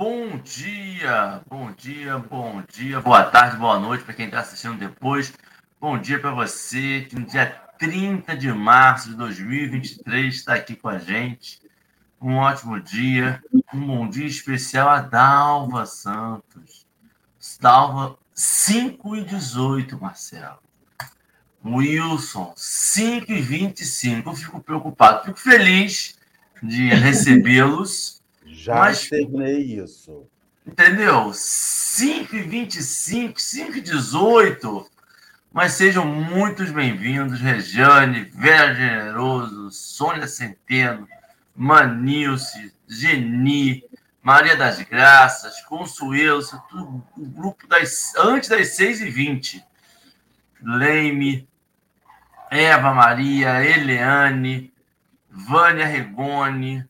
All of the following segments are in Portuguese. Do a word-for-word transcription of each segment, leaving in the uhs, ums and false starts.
Bom dia, bom dia, bom dia, boa tarde, boa noite para quem está assistindo depois. Bom dia para você que no dia trinta de março de dois mil e vinte e três está aqui com a gente. Um ótimo dia, um bom dia especial a Dalva Santos. Dalva, cinco e dezoito, Marcelo. Wilson, cinco e vinte e cinco. Eu fico preocupado, fico feliz de recebê-los. Já Mas, externei isso. entendeu? cinco e vinte e cinco, cinco e dezoito. Mas sejam muito bem-vindos, Regiane, Vera Generoso, Sônia Centeno, Manilce, Geni, Maria das Graças, Consuelo, tudo, o grupo das, antes das seis e vinte. Leime, Eva Maria, Eliane, Vânia Regoni,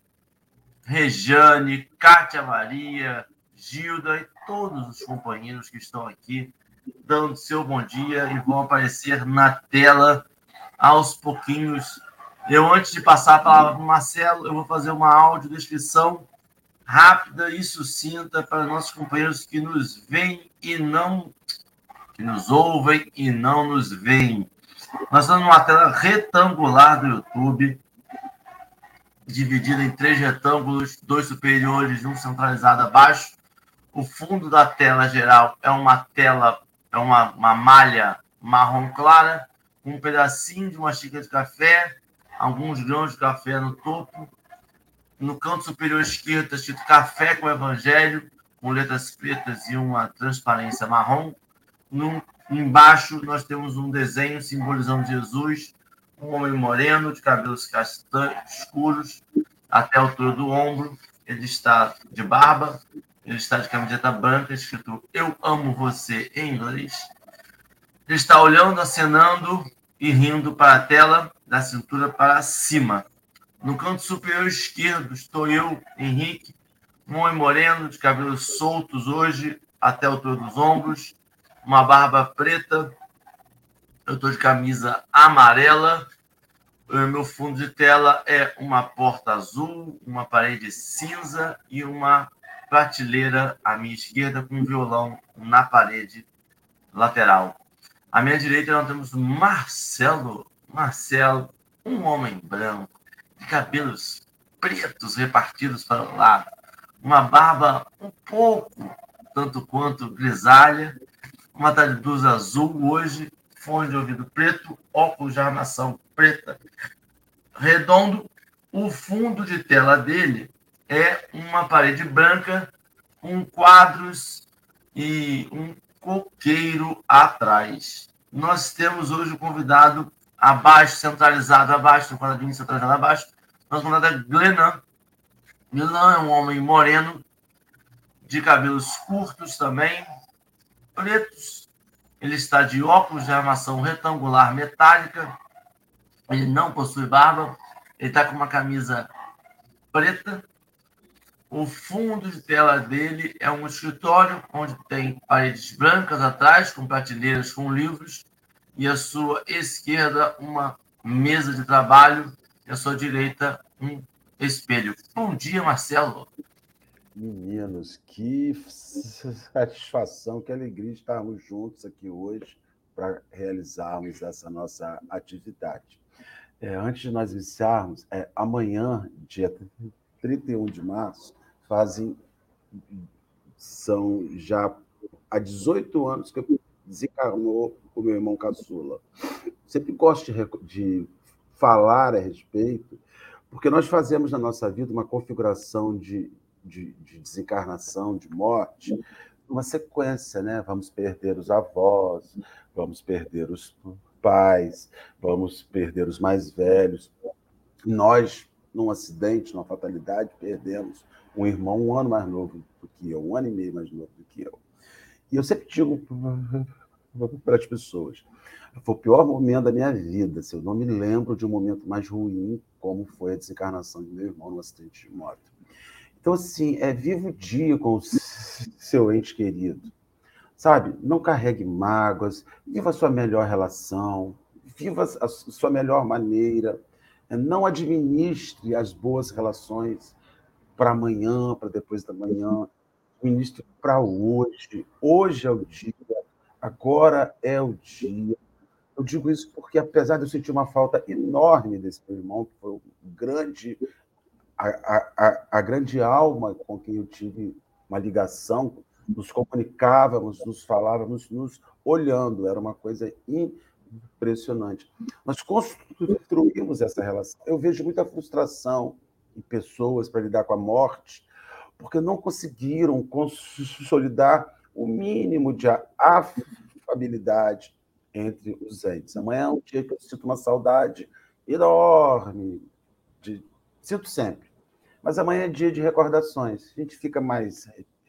Rejane, Kátia Maria, Gilda e todos os companheiros que estão aqui dando seu bom dia e vão aparecer na tela aos pouquinhos. Eu, antes de passar a palavra para o Marcelo, eu vou fazer uma audiodescrição rápida e sucinta para nossos companheiros que nos veem e não... que nos ouvem e não nos veem. Nós estamos numa tela retangular do YouTube, dividida em três retângulos, dois superiores e um centralizado abaixo. O fundo da tela geral é uma tela, é uma, uma malha marrom clara, com um pedacinho de uma xícara de café, alguns grãos de café no topo. No canto superior esquerdo está escrito Café com Evangelho, com letras pretas e uma transparência marrom. No, embaixo nós temos um desenho simbolizando Jesus, um homem moreno, de cabelos castanhos, escuros, até a altura do ombro. Ele está de barba, ele está de camiseta branca, escrito Eu Amo Você em inglês. Ele está olhando, acenando e rindo para a tela, da cintura para cima. No canto superior esquerdo estou eu, Henrique, um homem moreno, de cabelos soltos hoje, até a altura dos ombros, uma barba preta. Eu estou de camisa amarela. O meu fundo de tela é uma porta azul, uma parede cinza e uma prateleira à minha esquerda com um violão na parede lateral. À minha direita nós temos Marcelo. Marcelo, um homem branco, de cabelos pretos repartidos para o lado, uma barba um pouco, tanto quanto grisalha, uma talha de blusa azul hoje, fone de ouvido preto, óculos de armação preta, redondo. O fundo de tela dele é uma parede branca com quadros e um coqueiro atrás. Nós temos hoje o convidado abaixo, centralizado abaixo, no quadradinho centralizado abaixo, nosso convidado é Glenan. Glenan é um homem moreno, de cabelos curtos também, pretos. Ele está de óculos de armação retangular metálica. Ele não possui barba. Ele está com uma camisa preta. O fundo de tela dele é um escritório onde tem paredes brancas atrás, com prateleiras com livros, e à sua esquerda uma mesa de trabalho, e à sua direita um espelho. Bom dia, Marcelo. Meninos, que satisfação, que alegria estarmos juntos aqui hoje para realizarmos essa nossa atividade. É, antes de nós iniciarmos, é, amanhã, dia trinta e um de março, fazem, são já há dezoito anos que desencarnou o meu irmão caçula. Sempre gosto de, de falar a respeito, porque nós fazemos na nossa vida uma configuração de, de, de desencarnação, de morte, uma sequência, né? Vamos perder os avós, vamos perder os pais, vamos perder os mais velhos. Nós, num acidente, numa fatalidade, perdemos um irmão um ano mais novo do que eu, um ano e meio mais novo do que eu. E eu sempre digo para as pessoas, foi o pior momento da minha vida. Assim, eu não me lembro de um momento mais ruim como foi a desencarnação de meu irmão no acidente de moto. Então, assim, é viva o dia com o seu ente querido. Sabe? Não carregue mágoas, viva a sua melhor relação, viva a sua melhor maneira. Não administre as boas relações para amanhã, para depois da manhã. ministro para hoje. Hoje é o dia, agora é o dia. Eu digo isso porque, apesar de eu sentir uma falta enorme desse meu irmão, que foi o grande, a, a, a, a grande alma com quem eu tive uma ligação, nos comunicávamos, nos falávamos, nos olhando, era uma coisa impressionante. Nós construímos essa relação. Eu vejo muita frustração em pessoas para lidar com a morte, porque não conseguiram consolidar o mínimo de afabilidade entre os entes. Amanhã é um dia que eu sinto uma saudade enorme, de... sinto sempre. Mas amanhã é dia de recordações. A gente fica mais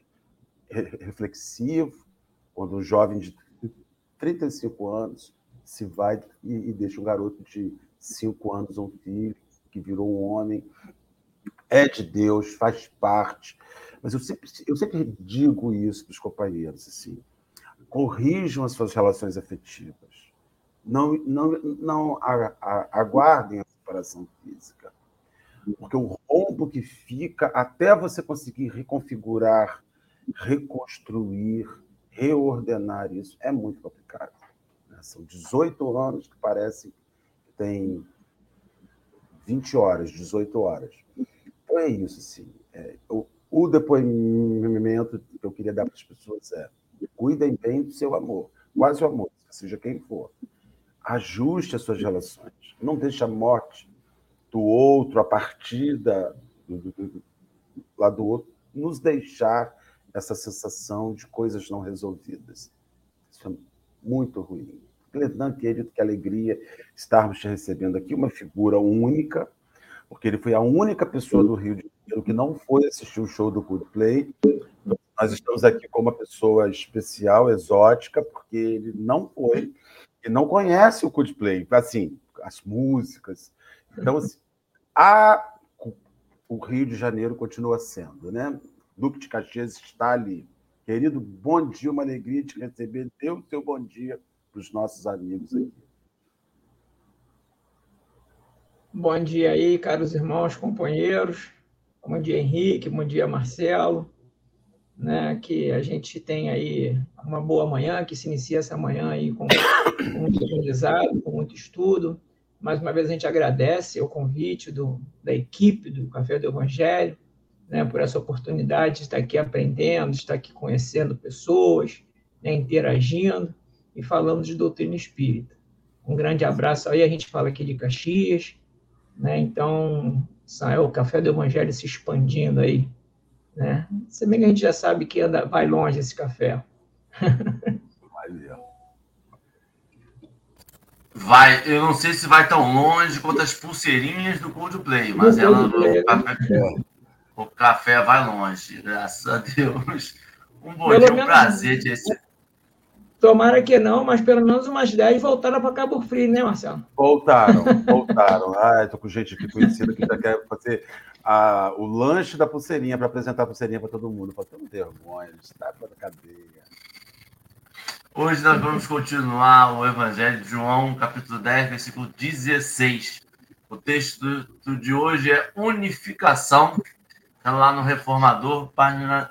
reflexivo quando um jovem de trinta e cinco anos se vai e deixa um garoto de cinco anos, um filho, que virou um homem, é de Deus, faz parte. Mas eu sempre, eu sempre digo isso para os companheiros, assim, corrijam as suas relações afetivas. Não, não, não aguardem a separação física. Porque o rombo que fica até você conseguir reconfigurar, reconstruir, reordenar isso é muito complicado. São dezoito anos que parecem que tem vinte horas, dezoito horas. Então é isso, assim. É, o, o depoimento que eu queria dar para as pessoas é: cuidem bem do seu amor, quase o amor, seja quem for. Ajuste as suas relações. Não deixe a morte do outro, a partida do, do, do, lá do outro, nos deixar essa sensação de coisas não resolvidas. Isso é muito ruim. Glenan, querido, que alegria estarmos te recebendo aqui, uma figura única, porque ele foi a única pessoa do Rio de Janeiro que não foi assistir o show do Coldplay. Nós estamos aqui com uma pessoa especial, exótica, porque ele não foi, e não conhece o Coldplay, assim, as músicas. Então, assim, a, o Rio de Janeiro continua sendo, né? Duque de Caxias está ali. Querido, bom dia, uma alegria te receber. Dê o seu bom dia para os nossos amigos aqui. Bom dia aí, caros irmãos, companheiros. Bom dia, Henrique. Bom dia, Marcelo. Né, que a gente tem aí uma boa manhã, que se inicia essa manhã aí com, com muito aprendizado, com muito estudo. Mais uma vez a gente agradece o convite do, da equipe do Café do Evangelho, né, por essa oportunidade de estar aqui aprendendo, de estar aqui conhecendo pessoas, né, interagindo e falando de doutrina espírita. Um grande abraço aí, a gente fala aqui de Caxias, né, então é o Café do Evangelho se expandindo aí, né? Se bem que a gente já sabe que anda, vai longe esse café. Vai, eu não sei se vai tão longe quanto as pulseirinhas do Coldplay, mas do ela, Coldplay, o, café, né? o café vai longe, graças a Deus. Um bom Pelo dia, um menos, prazer de receber. Tomara que não, mas pelo menos umas dez voltaram para Cabo Frio, né, Marcelo? Voltaram, voltaram. Ah, estou com gente aqui conhecida que já quer fazer a, o lanche da pulseirinha para apresentar a pulseirinha para todo mundo. Faltando vergonha, está na cadeia. Hoje nós vamos continuar o Evangelho de João, capítulo dez, versículo dezesseis. O texto de hoje é unificação, está lá no Reformador, página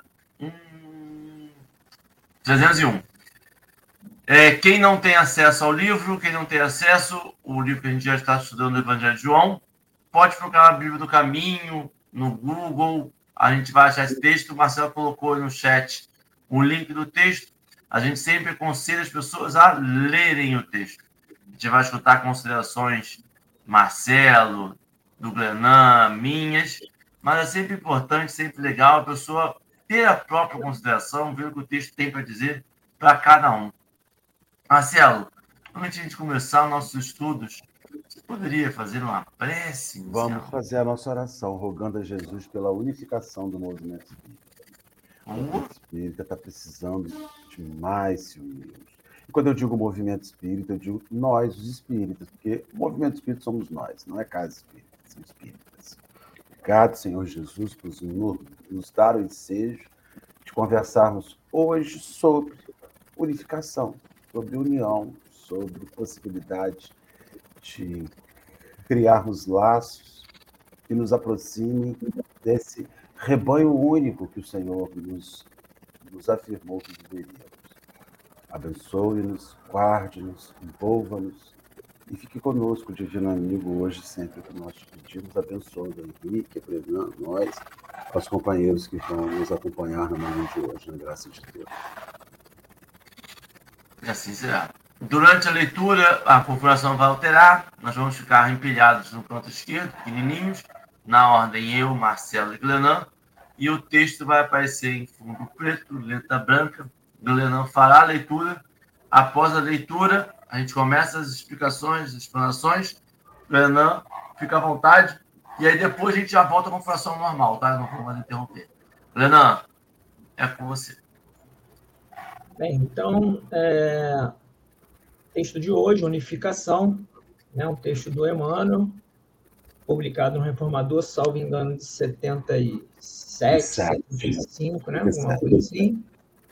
trezentos e um. É, quem não tem acesso ao livro, quem não tem acesso, o livro que a gente já está estudando, o Evangelho de João, pode procurar a Bíblia do Caminho, no Google, a gente vai achar esse texto. O Marcelo colocou no chat o link do texto. A gente sempre aconselha as pessoas a lerem o texto. A gente vai escutar considerações Marcelo, do Glenan, minhas, mas é sempre importante, sempre legal a pessoa ter a própria consideração, ver o que o texto tem para dizer para cada um. Marcelo, antes de a gente começar nossos estudos, você poderia fazer uma prece inicial? Vamos fazer a nossa oração, rogando a Jesus pela unificação do movimento espírita. O movimento espírita está precisando de mais se unirmos. E quando eu digo movimento espírita, eu digo nós, os espíritas, porque o movimento espírita somos nós, não é casa espírita, são espíritas. Obrigado, Senhor Jesus, por nos, nos dar o ensejo de conversarmos hoje sobre unificação, sobre união, sobre possibilidade de criarmos laços que nos aproximem desse rebanho único que o Senhor nos nos afirmou que deveríamos. Abençoe-nos, guarde-nos, envolva-nos e fique conosco, divino amigo, hoje sempre que nós te pedimos. Abençoe o Henrique, a nós, aos companheiros que vão nos acompanhar na manhã de hoje, na graça de Deus. E assim será. Durante a leitura, a configuração vai alterar, nós vamos ficar empilhados no canto esquerdo, pequenininhos, na ordem eu, Marcelo e Glenan, e o texto vai aparecer em fundo preto, letra branca. Glenan fará a leitura. Após a leitura, a gente começa as explicações, as explanações. Glenan, fica à vontade, e aí depois a gente já volta à configuração normal, tá? Não vou mais interromper. Glenan, é com você. Bem, então, é... texto de hoje, Unificação, né? Um texto do Emmanuel, publicado no Reformador, salvo engano, de setenta e sete, setenta e cinco, né? Alguma coisa assim.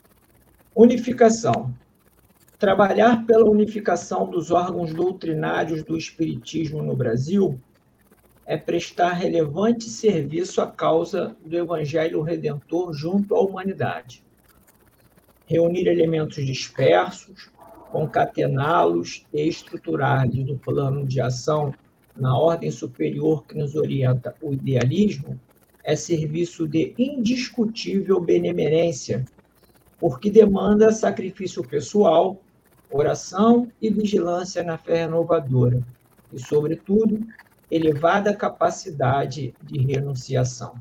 Unificação. Trabalhar pela unificação dos órgãos doutrinários do Espiritismo no Brasil é prestar relevante serviço à causa do Evangelho Redentor junto à humanidade. Reunir elementos dispersos, concatená-los e estruturá-los no plano de ação na ordem superior que nos orienta o idealismo é serviço de indiscutível benemerência, porque demanda sacrifício pessoal, oração e vigilância na fé renovadora e, sobretudo, elevada capacidade de renunciação.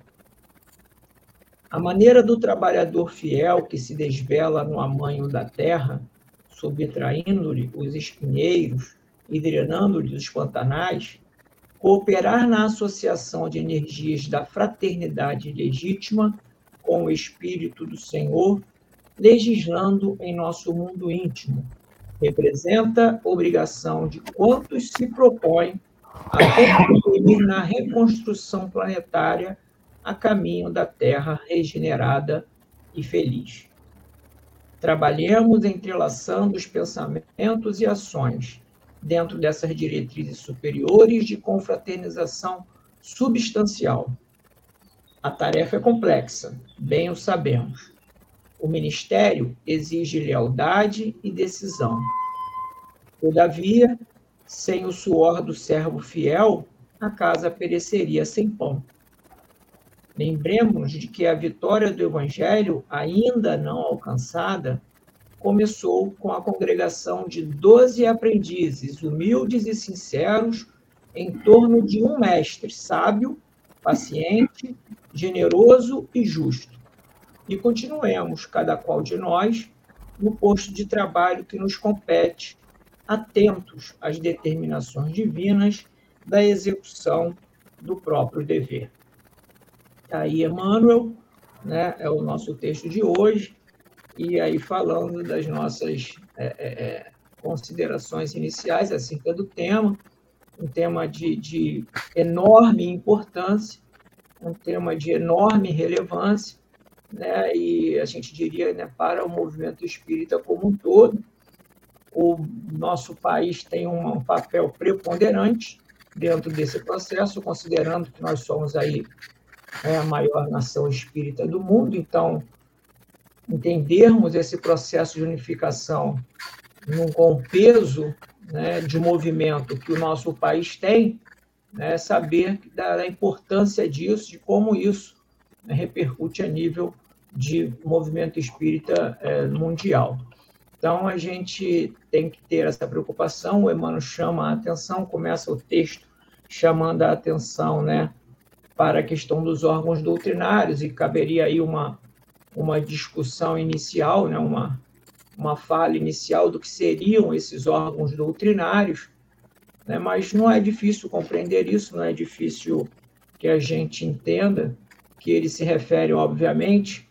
A maneira do trabalhador fiel que se desvela no amanho da terra, subtraindo-lhe os espinheiros e drenando-lhe os pantanais, cooperar na associação de energias da fraternidade legítima com o Espírito do Senhor, legislando em nosso mundo íntimo, representa obrigação de quantos se propõem a contribuir na reconstrução planetária a caminho da Terra regenerada e feliz. Trabalhemos entrelaçando os pensamentos e ações dentro dessas diretrizes superiores de confraternização substancial. A tarefa é complexa, bem o sabemos. O ministério exige lealdade e decisão. Todavia, sem o suor do servo fiel, a casa pereceria sem pão. Lembremos de que a vitória do Evangelho, ainda não alcançada, começou com a congregação de doze aprendizes, humildes e sinceros, em torno de um mestre sábio, paciente, generoso e justo. E continuemos, cada qual de nós, no posto de trabalho que nos compete, atentos às determinações divinas da execução do próprio dever. Aí, Emmanuel, né, é o nosso texto de hoje, e aí falando das nossas é, é, considerações iniciais acerca do tema, um tema de, de enorme importância, um tema de enorme relevância, né, e a gente diria, né, para o movimento espírita como um todo. O nosso país tem um papel preponderante dentro desse processo, considerando que nós somos aí é, a maior nação espírita do mundo, então entendermos esse processo de unificação num, com o peso, né, de movimento que o nosso país tem, né, saber da, da importância disso, de como isso, né, repercute a nível de movimento espírita é, mundial. Então, a gente tem que ter essa preocupação. O Emmanuel chama a atenção, começa o texto chamando a atenção, né, para a questão dos órgãos doutrinários, e caberia aí uma, uma discussão inicial, né, uma, uma fala inicial do que seriam esses órgãos doutrinários, né, mas não é difícil compreender isso, não é difícil que a gente entenda que ele se refere, obviamente,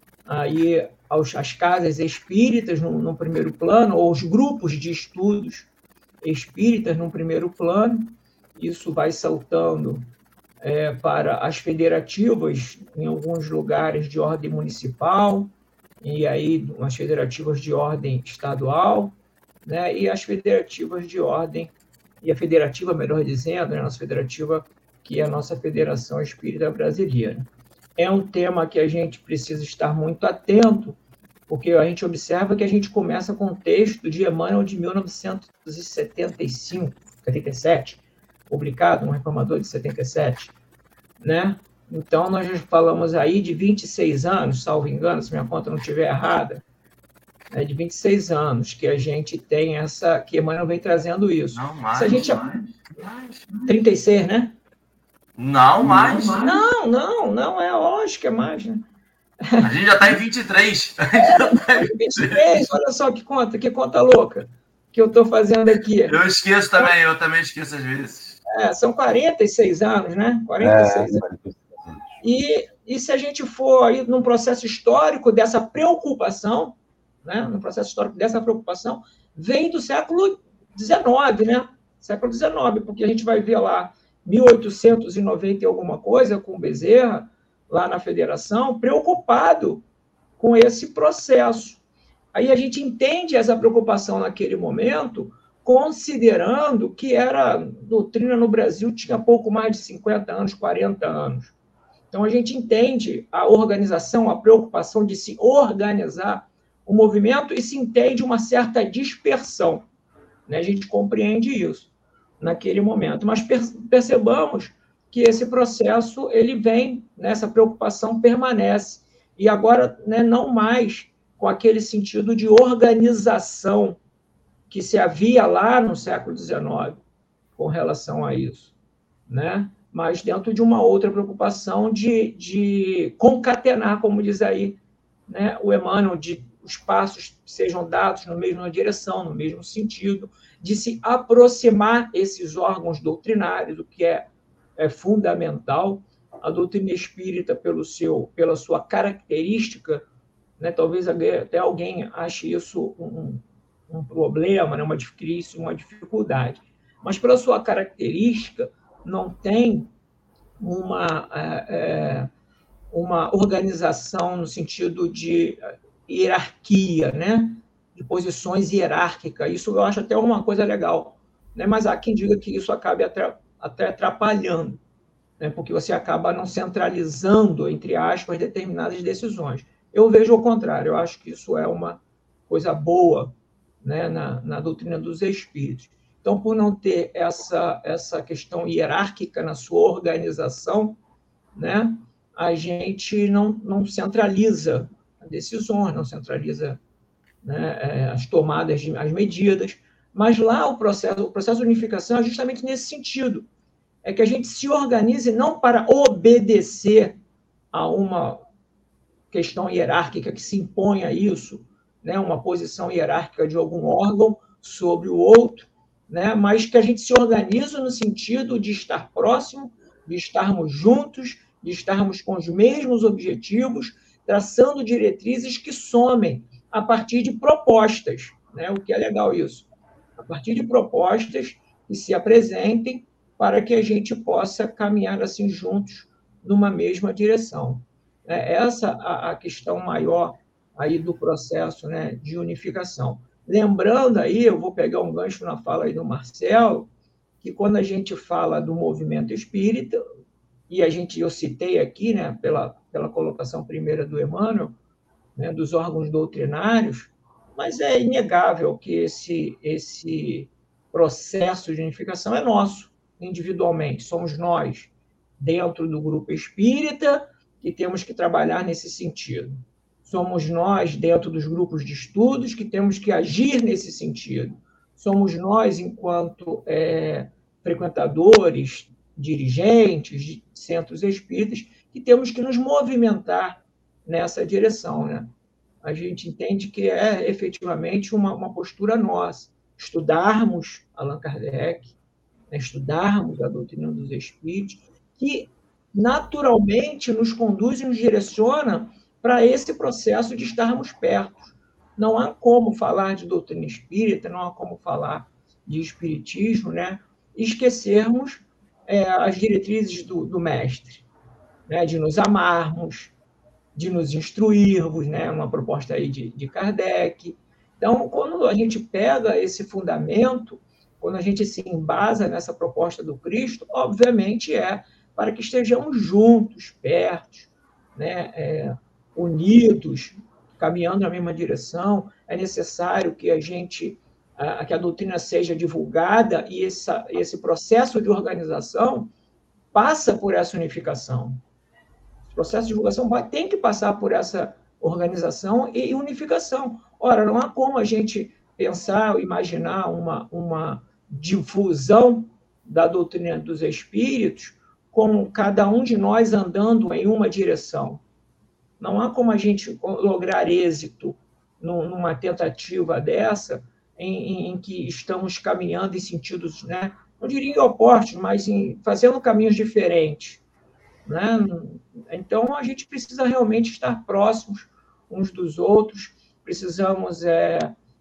aí aos, às casas espíritas, no, no primeiro plano, ou os grupos de estudos espíritas, no primeiro plano. Isso vai saltando é, para as federativas, em alguns lugares de ordem municipal, e aí as federativas de ordem estadual, né, e as federativas de ordem, e a federativa, melhor dizendo, né, a nossa federativa, que é a nossa Federação Espírita Brasileira. É um tema que a gente precisa estar muito atento, porque a gente observa que a gente começa com um texto de Emmanuel de mil novecentos e setenta e cinco, setenta e sete, publicado, um reformador de setenta e sete, né? Então, nós já falamos aí de vinte e seis anos, salvo engano, se minha conta não estiver errada, né, de vinte e seis anos que a gente tem essa, que Emmanuel vem trazendo isso. Não, mais, se a gente mais, mais. trinta e seis, né? Não, mais. Não, não, não, é lógico que é mais, né? A gente já está em vinte e três. É, vinte e três, olha só que conta, que conta louca que eu estou fazendo aqui. Eu esqueço também, eu também esqueço às vezes. É, são quarenta e seis anos, né? quarenta e seis É, anos. E, e se a gente for aí num processo histórico dessa preocupação, né? Num processo histórico dessa preocupação, vem do século dezenove, né? Século dezenove, porque a gente vai ver lá mil oitocentos e noventa e alguma coisa, com Bezerra, lá na Federação, preocupado com esse processo. Aí a gente entende essa preocupação naquele momento, considerando que era doutrina no Brasil tinha pouco mais de cinquenta anos, quarenta anos. Então a gente entende a organização, a preocupação de se organizar o movimento e se entende uma certa dispersão, né? A gente compreende isso naquele momento, mas percebamos que esse processo ele vem, né, essa preocupação permanece, e agora, né, não mais com aquele sentido de organização que se havia lá no século dezenove com relação a isso, né? Mas dentro de uma outra preocupação de, de concatenar, como diz aí, né, o Emmanuel, de os passos sejam dados na mesma direção, no mesmo sentido, de se aproximar esses órgãos doutrinários, o que é, é fundamental. A doutrina espírita, pelo seu, pela sua característica, né, talvez até alguém ache isso um, um problema, né, uma crise, uma dificuldade, mas pela sua característica não tem uma, é, uma organização no sentido de hierarquia, né, de posições hierárquicas. Isso eu acho até uma coisa legal, né, mas há quem diga que isso acabe até, até atrapalhando, né, porque você acaba não centralizando, entre aspas, determinadas decisões. Eu vejo o contrário, eu acho que isso é uma coisa boa, né, na, na doutrina dos espíritos. Então, por não ter essa, essa questão hierárquica na sua organização, né, a gente não, não centraliza as decisões, não centraliza, né, as tomadas, de, as medidas, mas lá o processo, o processo de unificação é justamente nesse sentido, é que a gente se organize não para obedecer a uma questão hierárquica que se impõe a isso, né, uma posição hierárquica de algum órgão sobre o outro, né, mas que a gente se organiza no sentido de estar próximo, de estarmos juntos, de estarmos com os mesmos objetivos, traçando diretrizes que somem a partir de propostas, né, o que é legal isso, a partir de propostas que se apresentem para que a gente possa caminhar assim juntos numa mesma direção. É essa a, a questão maior aí do processo, né, de unificação. Lembrando aí, eu vou pegar um gancho na fala aí do Marcelo, que quando a gente fala do movimento espírita, e a gente, eu citei aqui, né, pela, pela colocação primeira do Emmanuel, né, dos órgãos doutrinários, mas é inegável que esse, esse processo de unificação é nosso, individualmente, somos nós, dentro do grupo espírita, que temos que trabalhar nesse sentido. Somos nós, dentro dos grupos de estudos, que temos que agir nesse sentido. Somos nós, enquanto é, frequentadores, dirigentes de centros espíritas, que temos que nos movimentar nessa direção, né? A gente entende que é efetivamente uma, uma postura nossa. Estudarmos Allan Kardec, né? Estudarmos a doutrina dos espíritos, que naturalmente nos conduz e nos direciona para esse processo de estarmos perto. Não há como falar de doutrina espírita, não há como falar de espiritismo, né, e esquecermos é, as diretrizes do, do mestre, né, de nos amarmos, de nos instruirmos, né, uma proposta aí de, de Kardec. Então, quando a gente pega esse fundamento, quando a gente se embasa nessa proposta do Cristo, obviamente é para que estejamos juntos, perto, né, é, unidos, caminhando na mesma direção, é necessário que a gente, que a doutrina seja divulgada e essa, esse processo de organização passa por essa unificação. O processo de divulgação tem que passar por essa organização e unificação. Ora, não há como a gente pensar ou imaginar uma, uma difusão da doutrina dos espíritos com cada um de nós andando em uma direção. Não há como a gente lograr êxito numa tentativa dessa, em, em que estamos caminhando em sentidos, né, não diria opostos, mas em, fazendo caminhos diferentes. Né? Então, a gente precisa realmente estar próximos uns dos outros, precisamos é,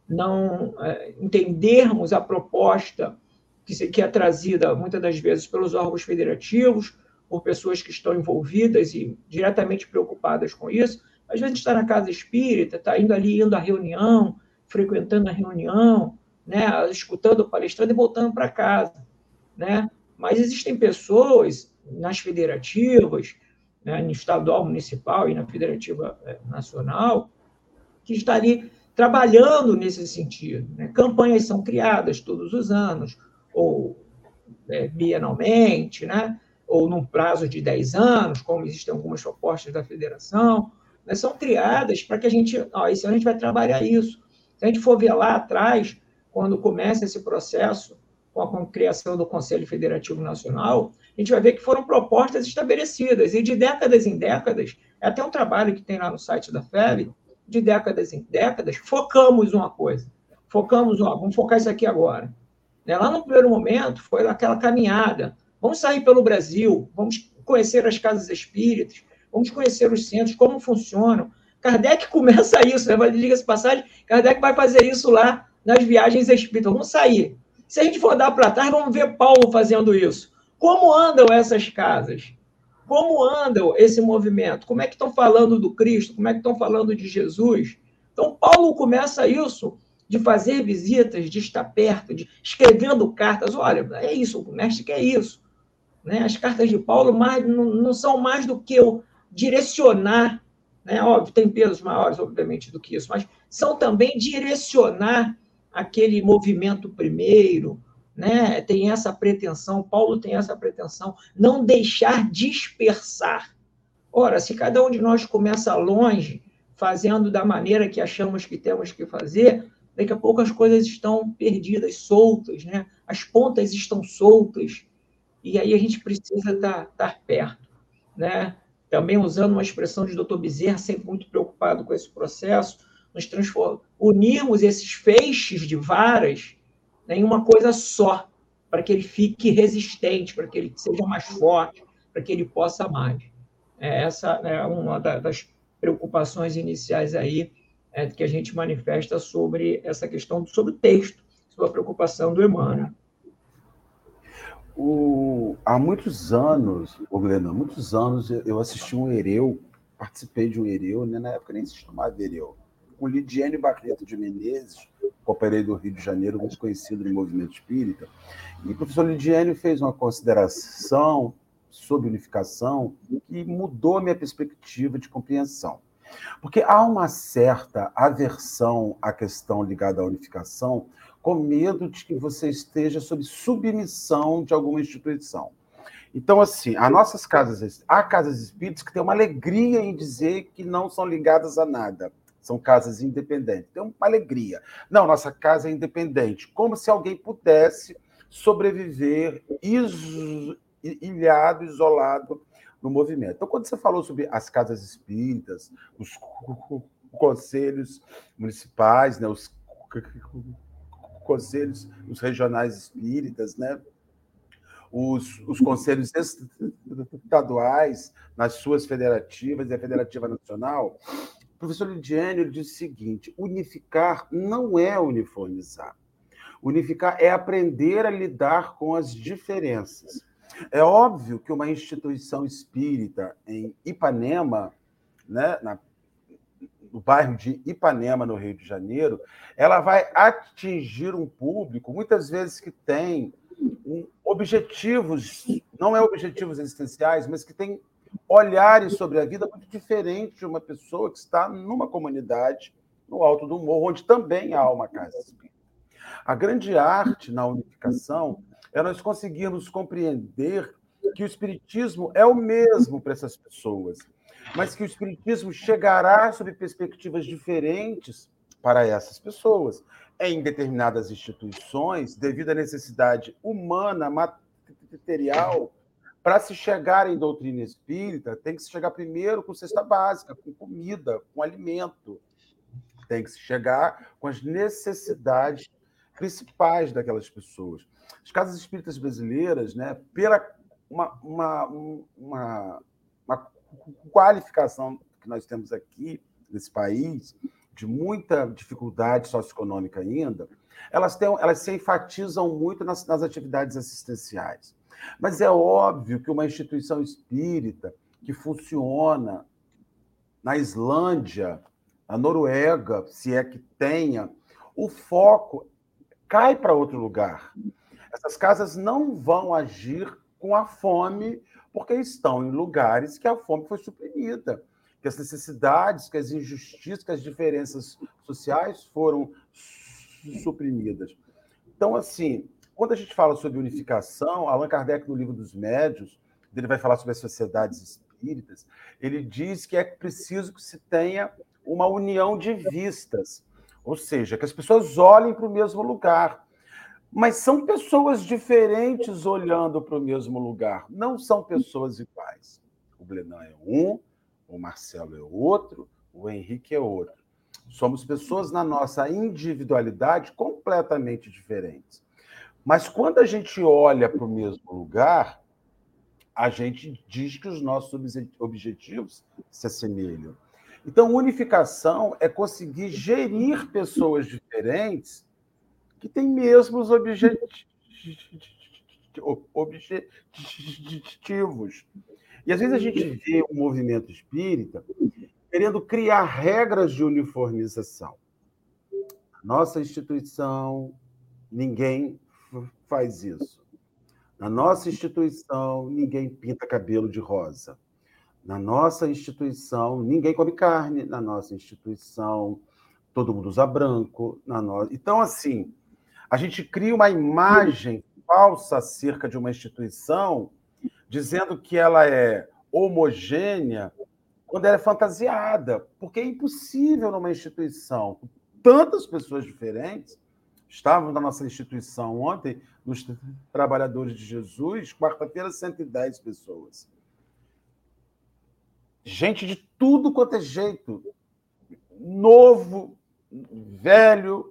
não é, entendermos a proposta que, que é trazida, muitas das vezes, pelos órgãos federativos, por pessoas que estão envolvidas e diretamente preocupadas com isso. Às vezes a gente está na casa espírita, está indo ali, indo à reunião, frequentando a reunião, né, escutando o palestrante e voltando para casa. Né? Mas existem pessoas nas federativas, né, no estadual, municipal e na federativa nacional, que estão ali trabalhando nesse sentido. Né? Campanhas são criadas todos os anos, ou é, bienalmente, né? Ou num prazo de dez anos, como existem algumas propostas da federação, né? São criadas para que a gente, ó, esse ano a gente vai trabalhar isso. Se a gente for ver lá atrás, quando começa esse processo, com a criação do Conselho Federativo Nacional, a gente vai ver que foram propostas estabelecidas, e de décadas em décadas, é até um trabalho que tem lá no site da F E B, de décadas em décadas, focamos uma coisa, focamos, ó, vamos focar isso aqui agora. Lá no primeiro momento, foi aquela caminhada, vamos sair pelo Brasil, vamos conhecer as casas espíritas, vamos conhecer os centros, como funcionam. Kardec começa isso, né? Diga-se de passagem, Kardec vai fazer isso lá nas viagens espíritas, vamos sair. Se a gente for dar para trás, vamos ver Paulo fazendo isso. Como andam essas casas? Como andam esse movimento? Como é que estão falando do Cristo? Como é que estão falando de Jesus? Então, Paulo começa isso, de fazer visitas, de estar perto, de escrevendo cartas. Olha, é isso, o mestre quer isso. Né? As cartas de Paulo mais, não, não são mais do que eu direcionar, né? Óbvio, tem pesos maiores, obviamente, do que isso, mas são também direcionar aquele movimento primeiro, né? Tem essa pretensão, Paulo tem essa pretensão, não deixar dispersar. Ora, se cada um de nós começa longe, fazendo da maneira que achamos que temos que fazer, daqui a pouco as coisas estão perdidas, soltas, né? As pontas estão soltas, e aí a gente precisa estar, estar perto. Né? Também usando uma expressão de doutor Bezerra, sempre muito preocupado com esse processo, nos transform... unirmos esses feixes de varas, né, em uma coisa só, para que ele fique resistente, para que ele seja mais forte, para que ele possa mais. É, essa é uma das preocupações iniciais aí, é, que a gente manifesta sobre essa questão, sobre o texto, sobre a preocupação do Emmanuel. O, há muitos anos, ô Glenn, há muitos anos eu assisti um Hereu, participei de um Hereu, né? Na época nem se chamava Hereu, com Lidiane Barreto de Menezes, cooperei do Rio de Janeiro, muito conhecido no movimento espírita, e o professor Lidiane fez uma consideração sobre unificação que mudou a minha perspectiva de compreensão. Porque há uma certa aversão à questão ligada à unificação, com medo de que você esteja sob submissão de alguma instituição. Então, assim, as nossas casas, há casas espíritas que têm uma alegria em dizer que não são ligadas a nada, são casas independentes, tem uma alegria. Não, nossa casa é independente, como se alguém pudesse sobreviver iso, ilhado, isolado no movimento. Então, quando você falou sobre as casas espíritas, os conselhos municipais, né, os conselhos, os regionais espíritas, né? os, os conselhos estaduais, nas suas federativas e a Federativa Nacional, o professor Lidiane disse o seguinte: unificar não é uniformizar. Unificar é aprender a lidar com as diferenças. É óbvio que uma instituição espírita em Ipanema, né, na no bairro de Ipanema, no Rio de Janeiro, ela vai atingir um público, muitas vezes, que tem um, objetivos, não é objetivos existenciais, mas que tem olhares sobre a vida muito diferentes de uma pessoa que está numa comunidade no alto do morro, onde também há uma casa espírita. A grande arte na unificação é nós conseguirmos compreender que o espiritismo é o mesmo para essas pessoas, mas que o espiritismo chegará sob perspectivas diferentes para essas pessoas. Em determinadas instituições, devido à necessidade humana, material, para se chegar em doutrina espírita, tem que se chegar primeiro com cesta básica, com comida, com alimento. Tem que se chegar com as necessidades principais daquelas pessoas. As casas espíritas brasileiras, né, pela uma, uma, uma, uma qualificação que nós temos aqui nesse país, de muita dificuldade socioeconômica ainda, elas, têm, elas se enfatizam muito nas, nas atividades assistenciais. Mas é óbvio que uma instituição espírita que funciona na Islândia, na Noruega, se é que tenha, o foco cai para outro lugar. Essas casas não vão agir com a fome, porque estão em lugares que a fome foi suprimida, que as necessidades, que as injustiças, que as diferenças sociais foram suprimidas. Então, assim, quando a gente fala sobre unificação, Allan Kardec, no Livro dos Médiuns, ele vai falar sobre as sociedades espíritas, ele diz que é preciso que se tenha uma união de vistas, ou seja, que as pessoas olhem para o mesmo lugar. Mas são pessoas diferentes olhando para o mesmo lugar, não são pessoas iguais. O Blenão é um, o Marcelo é outro, o Henrique é outro. Somos pessoas, na nossa individualidade, completamente diferentes. Mas quando a gente olha para o mesmo lugar, a gente diz que os nossos objetivos se assemelham. Então, unificação é conseguir gerir pessoas diferentes que têm mesmos objetivos. E às vezes a gente vê o movimento espírita querendo criar regras de uniformização. Nossa instituição, ninguém faz isso. Na nossa instituição, ninguém pinta cabelo de rosa. Na nossa instituição, ninguém come carne. Na nossa instituição, todo mundo usa branco. Na no... Então, assim, a gente cria uma imagem falsa acerca de uma instituição, dizendo que ela é homogênea, quando ela é fantasiada. Porque é impossível numa instituição com tantas pessoas diferentes. Estávamos na nossa instituição ontem, nos Trabalhadores de Jesus, quarta-feira, cento e dez pessoas. Gente de tudo quanto é jeito. Novo, velho,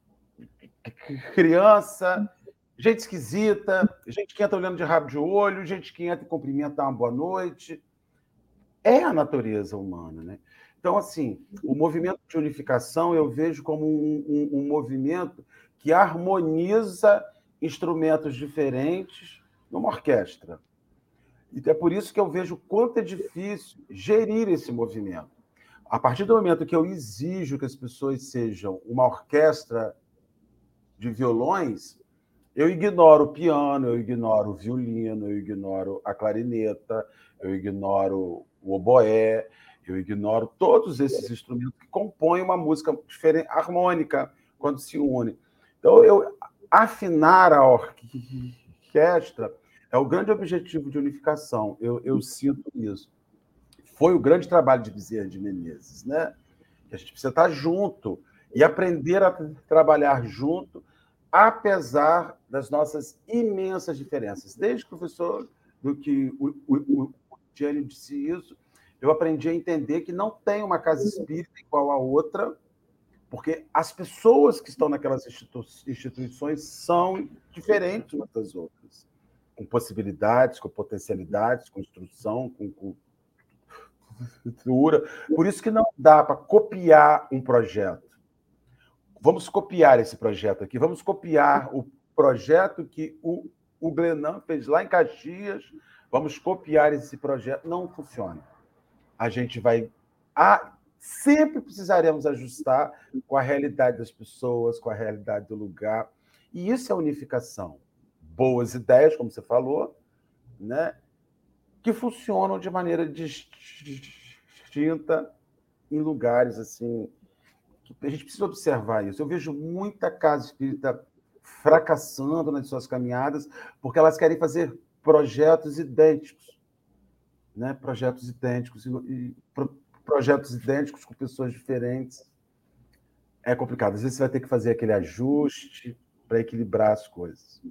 criança, gente esquisita, gente que entra olhando de rabo de olho, gente que entra e cumprimenta uma boa noite. É a natureza humana, né? Então, assim, o movimento de unificação eu vejo como um, um, um movimento que harmoniza instrumentos diferentes numa orquestra. E é por isso que eu vejo o quanto é difícil gerir esse movimento. A partir do momento que eu exijo que as pessoas sejam uma orquestra de violões, eu ignoro o piano, eu ignoro o violino, eu ignoro a clarineta, eu ignoro o oboé, eu ignoro todos esses instrumentos que compõem uma música diferente, harmônica, quando se une. Então, eu afinar a orquestra é o grande objetivo de unificação. Eu, eu sinto isso. Foi o grande trabalho de Bezerra de Menezes, né? Que a gente precisa estar junto e aprender a trabalhar junto, apesar das nossas imensas diferenças. Desde que o professor, do que o, o, o Jânio disse isso, eu aprendi a entender que não tem uma casa espírita igual a outra, porque as pessoas que estão naquelas institu instituições são diferentes umas das outras, com possibilidades, com potencialidades, com instrução, com cultura. Por isso que não dá para copiar um projeto. Vamos copiar esse projeto aqui, vamos copiar o projeto que o, o Glenan fez lá em Caxias, vamos copiar esse projeto. Não funciona. A gente vai... A, sempre precisaremos ajustar com a realidade das pessoas, com a realidade do lugar. E isso é unificação. Boas ideias, como você falou, né? que funcionam de maneira distinta em lugares assim. Que a gente precisa observar isso. Eu vejo muita casa espírita fracassando nas suas caminhadas porque elas querem fazer projetos idênticos, né? Projetos idênticos e pro, projetos idênticos com pessoas diferentes. É complicado. Às vezes você vai ter que fazer aquele ajuste para equilibrar as coisas.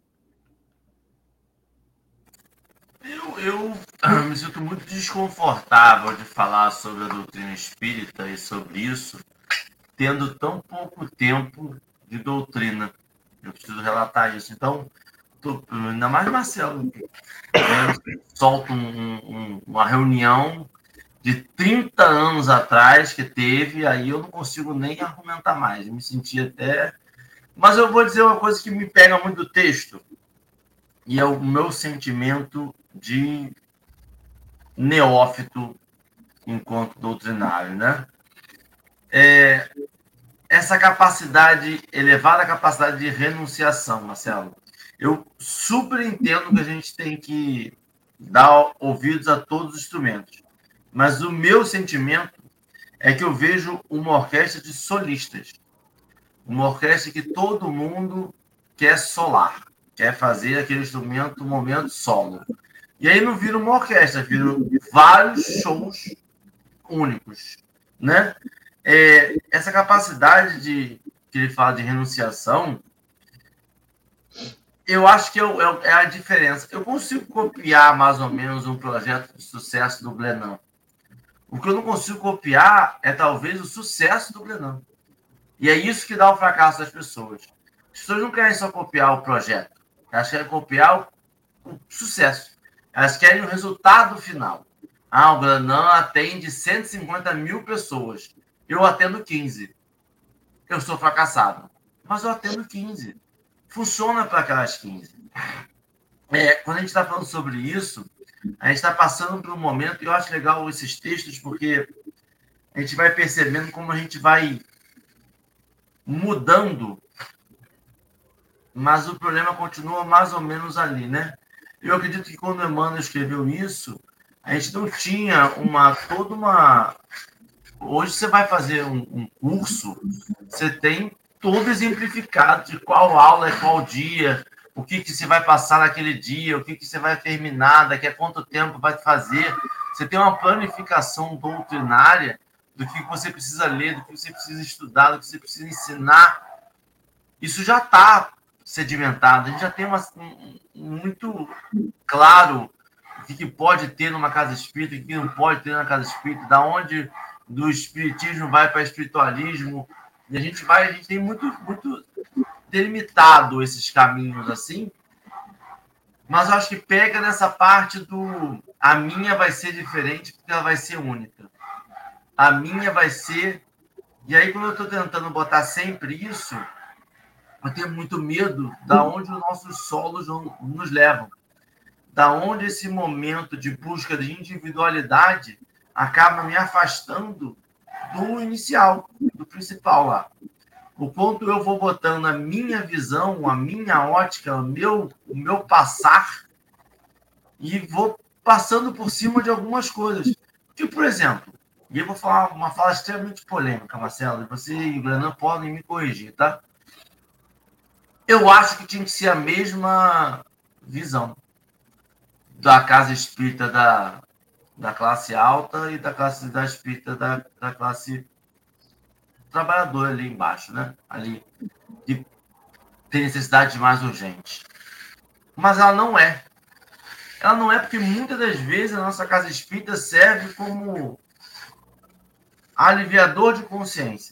Eu, eu me sinto muito desconfortável de falar sobre a doutrina espírita e sobre isso, tendo tão pouco tempo de doutrina. Eu preciso relatar isso. Então, tô, ainda mais Marcelo, né, solta um, um, uma reunião de trinta anos atrás que teve, aí eu não consigo nem argumentar mais. Eu me senti até... Mas eu vou dizer uma coisa que me pega muito do texto, e é o meu sentimento de neófito enquanto doutrinário, né? É, essa capacidade, elevada capacidade de renunciação, Marcelo. Eu super entendo que a gente tem que dar ouvidos a todos os instrumentos, mas o meu sentimento é que eu vejo uma orquestra de solistas, uma orquestra que todo mundo quer solar, quer fazer aquele instrumento, momento solo. E aí não vira uma orquestra, viram vários shows únicos, né? É, essa capacidade de que ele fala de renunciação, eu acho que é, é a diferença. Eu consigo copiar mais ou menos um projeto de sucesso do Glenan. O que eu não consigo copiar é talvez o sucesso do Glenan. E é isso que dá o fracasso das pessoas. As pessoas não querem só copiar o projeto, elas querem copiar o, o sucesso. Elas querem o resultado final. Ah, o Glenan atende cento e cinquenta mil pessoas. Eu atendo quinze. Eu sou fracassado. Mas eu atendo quinze. Funciona para aquelas quinze. É, quando a gente está falando sobre isso, a gente está passando por um momento, e eu acho legal esses textos, porque a gente vai percebendo como a gente vai mudando, mas o problema continua mais ou menos ali, né? Eu acredito que quando o Emmanuel escreveu isso, a gente não tinha uma toda uma... Hoje você vai fazer um, um curso, você tem todo exemplificado de qual aula é qual dia, o que, que você vai passar naquele dia, o que, que você vai terminar, daqui a quanto tempo vai fazer. Você tem uma planificação doutrinária do que você precisa ler, do que você precisa estudar, do que você precisa ensinar. Isso já está sedimentado, a gente já tem uma, um, muito claro o que, que pode ter numa casa espírita, o que não pode ter na casa espírita, da onde do espiritismo vai para espiritualismo, e a gente vai, a gente tem muito, muito delimitado esses caminhos assim, mas eu acho que pega nessa parte do a minha vai ser diferente porque ela vai ser única. A minha vai ser... E aí, quando eu estou tentando botar sempre isso, eu tenho muito medo da onde os nossos solos nos levam, da onde esse momento de busca de individualidade acaba me afastando do inicial, do principal lá. O quanto eu vou botando a minha visão, a minha ótica, o meu, o meu passar, e vou passando por cima de algumas coisas. Tipo, por exemplo, e eu vou falar uma fala extremamente polêmica, Marcelo, e você e o Glenan podem me corrigir, tá? Eu acho que tinha que ser a mesma visão da casa espírita da, da classe alta e da classe da espírita da, da classe trabalhadora ali embaixo, né? Ali, que tem necessidade mais urgente. Mas ela não é. Ela não é porque muitas das vezes a nossa casa espírita serve como aliviador de consciência.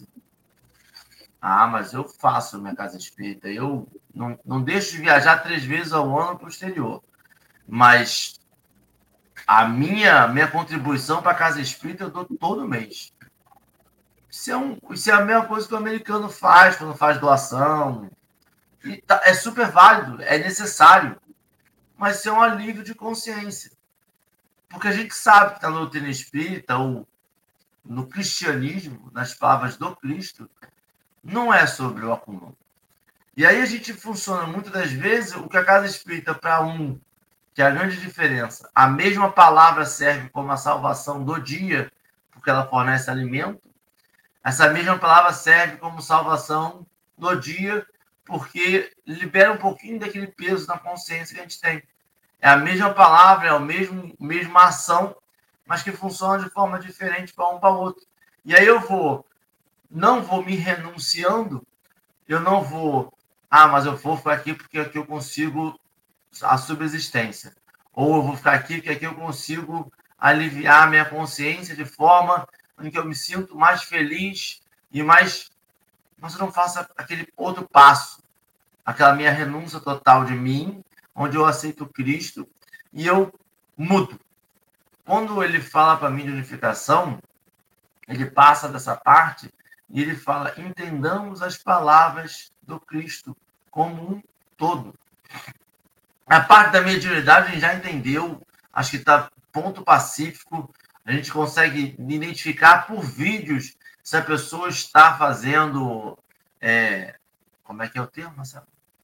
Ah, mas eu faço minha casa espírita. Eu não, não deixo de viajar três vezes ao ano para o exterior. Mas a minha, minha contribuição para a casa espírita eu dou todo mês. Isso é, um, isso é a mesma coisa que o americano faz quando faz doação. E tá, é super válido, é necessário. Mas isso é um alívio de consciência. Porque a gente sabe que na doutrina espírita, ou no cristianismo, nas palavras do Cristo, não é sobre o acúmulo. E aí a gente funciona muitas das vezes, o que a casa espírita para um que é a grande diferença. A mesma palavra serve como a salvação do dia, porque ela fornece alimento. Essa mesma palavra serve como salvação do dia, porque libera um pouquinho daquele peso na consciência que a gente tem. É a mesma palavra, é a mesma, mesma ação, mas que funciona de forma diferente para um para o outro. E aí eu vou, não vou me renunciando, eu não vou, ah, mas eu vou ficar aqui porque aqui eu consigo a subsistência. Ou eu vou ficar aqui porque aqui eu consigo aliviar a minha consciência de forma em que eu me sinto mais feliz e mais... Mas eu não faço aquele outro passo, aquela minha renúncia total de mim, onde eu aceito Cristo e eu mudo. Quando ele fala para mim de unificação, ele passa dessa parte e ele fala, entendamos as palavras do Cristo como um todo. A parte da mediunidade a gente já entendeu, acho que está ponto pacífico, a gente consegue identificar por vídeos se a pessoa está fazendo... É, como é que é o termo, Marcelo?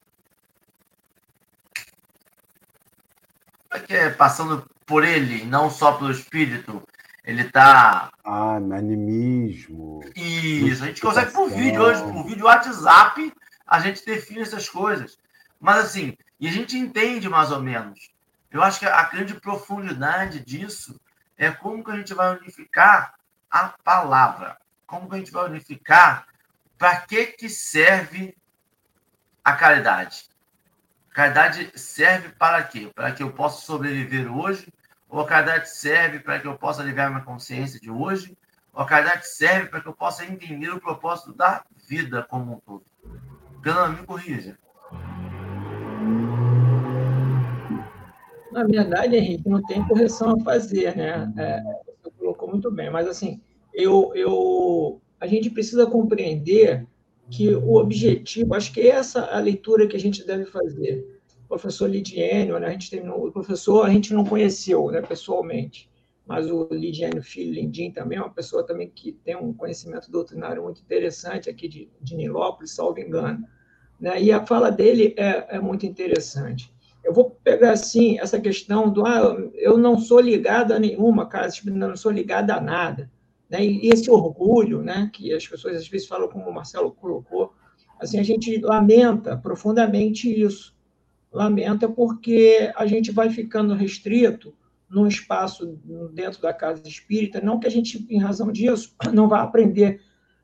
Como é que é? Passando por ele, não só pelo espírito. Ele está... Ah, animismo. Isso, a gente consegue por vídeo hoje, por vídeo WhatsApp, a gente define essas coisas. Mas assim, e a gente entende mais ou menos. Eu acho que a grande profundidade disso é como que a gente vai unificar a palavra. Como que a gente vai unificar para que que serve a caridade. A caridade serve para quê? Para que eu possa sobreviver hoje? Ou a caridade serve para que eu possa aliviar minha consciência de hoje? Ou a caridade serve para que eu possa entender o propósito da vida como um todo? Pelo me corrija. Na verdade, Henrique, não tem correção a fazer, né? É, você colocou muito bem, mas assim, eu, eu, a gente precisa compreender que o objetivo, acho que é essa a leitura que a gente deve fazer. O professor Lidiênio, né, a gente terminou, o professor a gente não conheceu, né, pessoalmente, mas o Lidiênio Filho Lindim também é uma pessoa também que tem um conhecimento doutrinário muito interessante aqui de, de Nilópolis, salvo engano, né, e a fala dele é, é muito interessante. Eu vou pegar, assim, essa questão do, ah, eu não sou ligado a nenhuma casa, não sou ligado a nada, né? E esse orgulho, né, que as pessoas às vezes falam, como o Marcelo colocou, assim, a gente lamenta profundamente isso. Lamenta porque a gente vai ficando restrito num espaço dentro da casa espírita, não que a gente, em razão disso, não vá aprender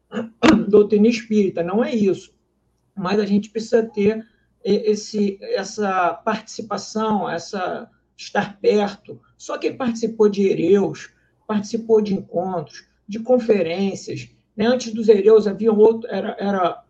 doutrina espírita, não é isso, mas a gente precisa ter esse, essa participação, essa estar perto. Só quem participou de Hereus, participou de encontros, de conferências, né? Antes dos Hereus havia outro, era, era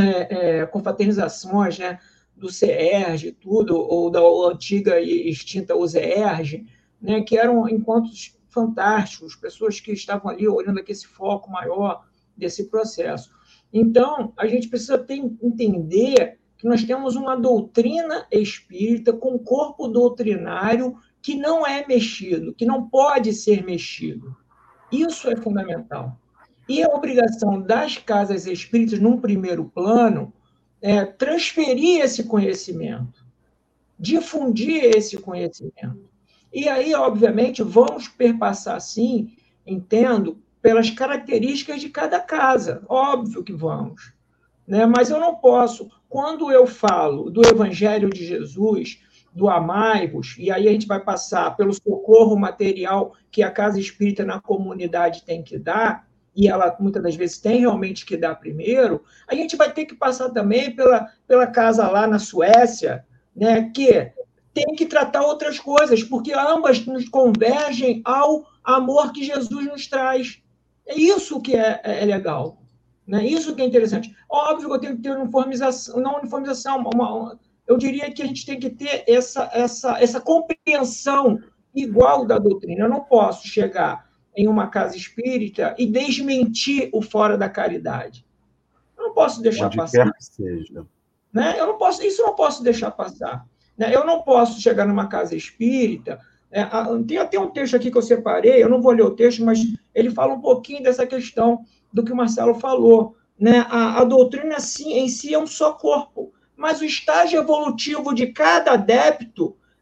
é, é, confraternizações, né? Do C E R G, tudo, ou da antiga e extinta U Z E R G, né? Que eram encontros fantásticos, pessoas que estavam ali olhando aqui esse foco maior desse processo. Então, a gente precisa ter, entender que nós temos uma doutrina espírita com corpo doutrinário que não é mexido, que não pode ser mexido. Isso é fundamental. E a obrigação das casas espíritas, num primeiro plano, é transferir esse conhecimento, difundir esse conhecimento. E aí, obviamente, vamos perpassar, sim, entendo, pelas características de cada casa. Óbvio que vamos. Né? Mas eu não posso... Quando eu falo do Evangelho de Jesus, do amai-vos, e aí a gente vai passar pelo socorro material que a casa espírita na comunidade tem que dar, e ela muitas das vezes tem realmente que dar primeiro, a gente vai ter que passar também pela, pela casa lá na Suécia, né, que tem que tratar outras coisas, porque ambas nos convergem ao amor que Jesus nos traz. É isso que é, é legal. Né? Isso que é interessante. Óbvio que eu tenho que ter uniformização, não uniformização, uma, eu diria que a gente tem que ter essa, essa, essa compreensão igual da doutrina. Eu não posso chegar em uma casa espírita e desmentir o fora da caridade. Eu não posso deixar Onde passar. Quer que seja. Né? Eu não posso, isso eu não posso deixar passar. Né? Eu não posso chegar numa casa espírita. É, tem até um texto aqui que eu separei, eu não vou ler o texto, mas ele fala um pouquinho dessa questão do que o Marcelo falou. Né? A, a doutrina em si é um só corpo, mas o estágio evolutivo de cada adepto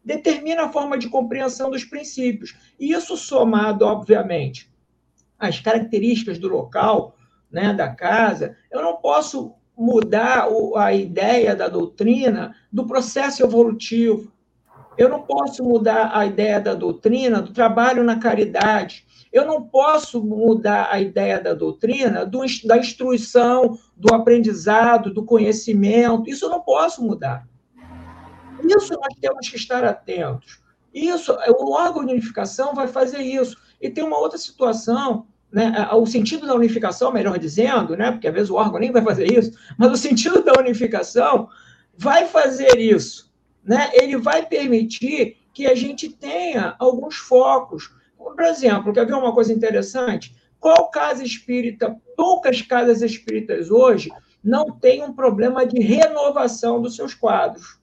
determina a forma de compreensão dos princípios. E isso somado, obviamente, às características do local, né, da casa, eu não posso mudar a ideia da doutrina do processo evolutivo. Eu não posso mudar a ideia da doutrina do trabalho na caridade. Eu não posso mudar a ideia da doutrina do, da instrução, do aprendizado, do conhecimento. Isso eu não posso mudar. Isso nós temos que estar atentos. Isso, o órgão de unificação vai fazer isso. E tem uma outra situação, né? O sentido da unificação, melhor dizendo, né? Porque às vezes o órgão nem vai fazer isso, mas o sentido da unificação vai fazer isso. Né? Ele vai permitir que a gente tenha alguns focos. Por exemplo, quer ver uma coisa interessante? Qual casa espírita, poucas casas espíritas hoje não têm um problema de renovação dos seus quadros.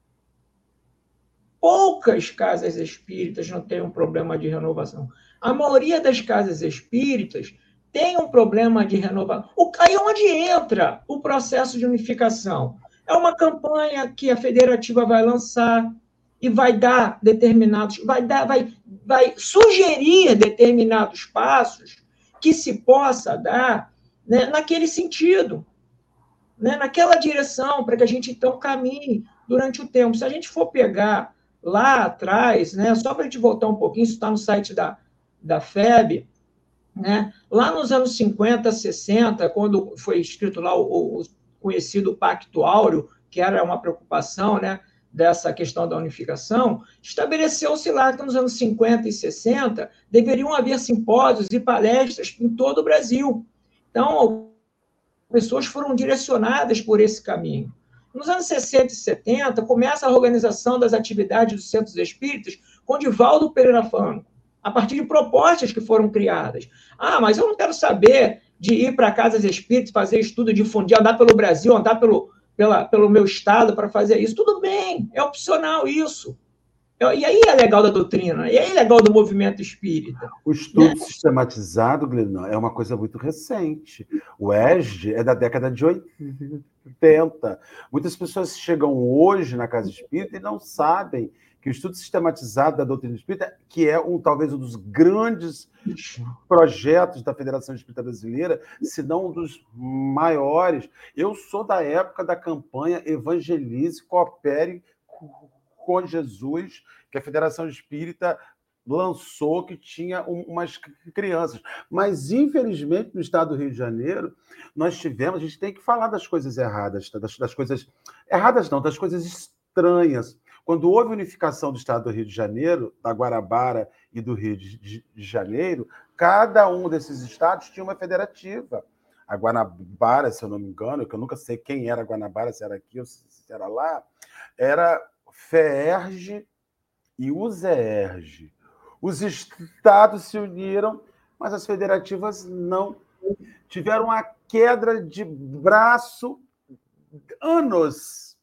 Poucas casas espíritas não têm um problema de renovação. A maioria das casas espíritas tem um problema de renovação. Aí é onde entra o processo de unificação. É uma campanha que a federativa vai lançar e vai dar determinados, vai dar, vai, vai sugerir determinados passos que se possa dar, né, naquele sentido, né, naquela direção, para que a gente então caminhe durante o tempo. Se a gente for pegar lá atrás, né, só para a gente voltar um pouquinho, isso está no site da, da F E B, né, lá nos anos cinquenta, sessenta, quando foi escrito lá o, o conhecido Pacto Áureo, que era uma preocupação, né, dessa questão da unificação, estabeleceu-se lá que nos anos cinquenta e sessenta deveriam haver simpósios e palestras em todo o Brasil. Então, pessoas foram direcionadas por esse caminho. Nos anos sessenta e setenta, começa a organização das atividades dos centros espíritas com Divaldo Pereira Franco, a partir de propostas que foram criadas. Ah, mas eu não quero saber de ir para casas espíritas, fazer estudo, difundir, andar pelo Brasil, andar pelo, pela, pelo meu estado para fazer isso. Tudo bem, é opcional isso. E aí é legal da doutrina, e aí é legal do movimento espírita. O estudo né? sistematizado, Glenão, é uma coisa muito recente. O E S D é da década de oitenta. Muitas pessoas chegam hoje na casa espírita e não sabem que o estudo sistematizado da doutrina espírita, que é um, talvez um dos grandes projetos da Federação Espírita Brasileira, se não um dos maiores. Eu sou da época da campanha Evangelize, Coopere com Jesus, que a Federação Espírita lançou, que tinha umas crianças. Mas, infelizmente, no estado do Rio de Janeiro, nós tivemos... A gente tem que falar das coisas erradas, das, das coisas... Erradas não, das coisas estranhas. Quando houve unificação do estado do Rio de Janeiro, da Guanabara e do Rio de Janeiro, cada um desses estados tinha uma federativa. A Guanabara, se eu não me engano, que eu nunca sei quem era a Guanabara, se era aqui ou se era lá, era FEERJ e USEERJ. Os estados se uniram, mas as federativas não. Tiveram uma queda de braço anos,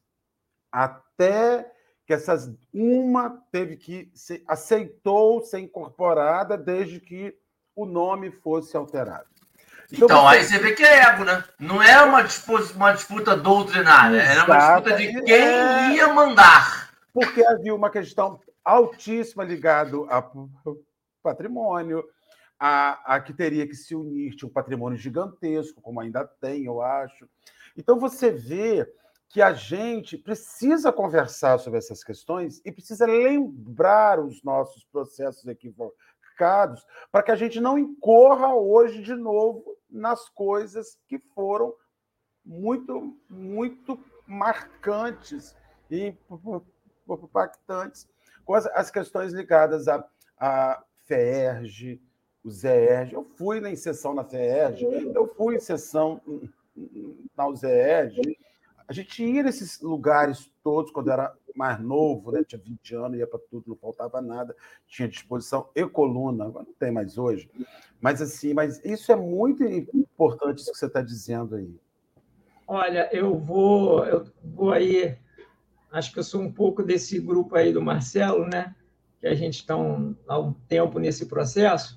até que essas, uma teve que ser, aceitou ser incorporada desde que o nome fosse alterado. Então, então você... aí você vê que é ego, né? Não é uma disputa, uma disputa doutrinária, era uma disputa de quem é... ia mandar. Porque havia uma questão altíssima ligada ao patrimônio, a, a que teria que se unir, tinha um patrimônio gigantesco, como ainda tem, eu acho. Então, você vê que a gente precisa conversar sobre essas questões e precisa lembrar os nossos processos equivocados para que a gente não incorra hoje de novo nas coisas que foram muito, muito marcantes e impactantes, com as, as questões ligadas a, a FEERJ, o ZEERJ. Eu fui na sessão na FEERJ, eu fui em sessão na U Z E E R J. A gente ia nesses lugares todos quando era mais novo, né? Tinha vinte anos, ia para tudo, não faltava nada, tinha disposição e coluna, agora não tem mais hoje. Mas assim, mas isso é muito importante, isso que você está dizendo aí. Olha, eu vou, eu vou aí, acho que eu sou um pouco desse grupo aí do Marcelo, né? Que a gente está um, há um tempo nesse processo,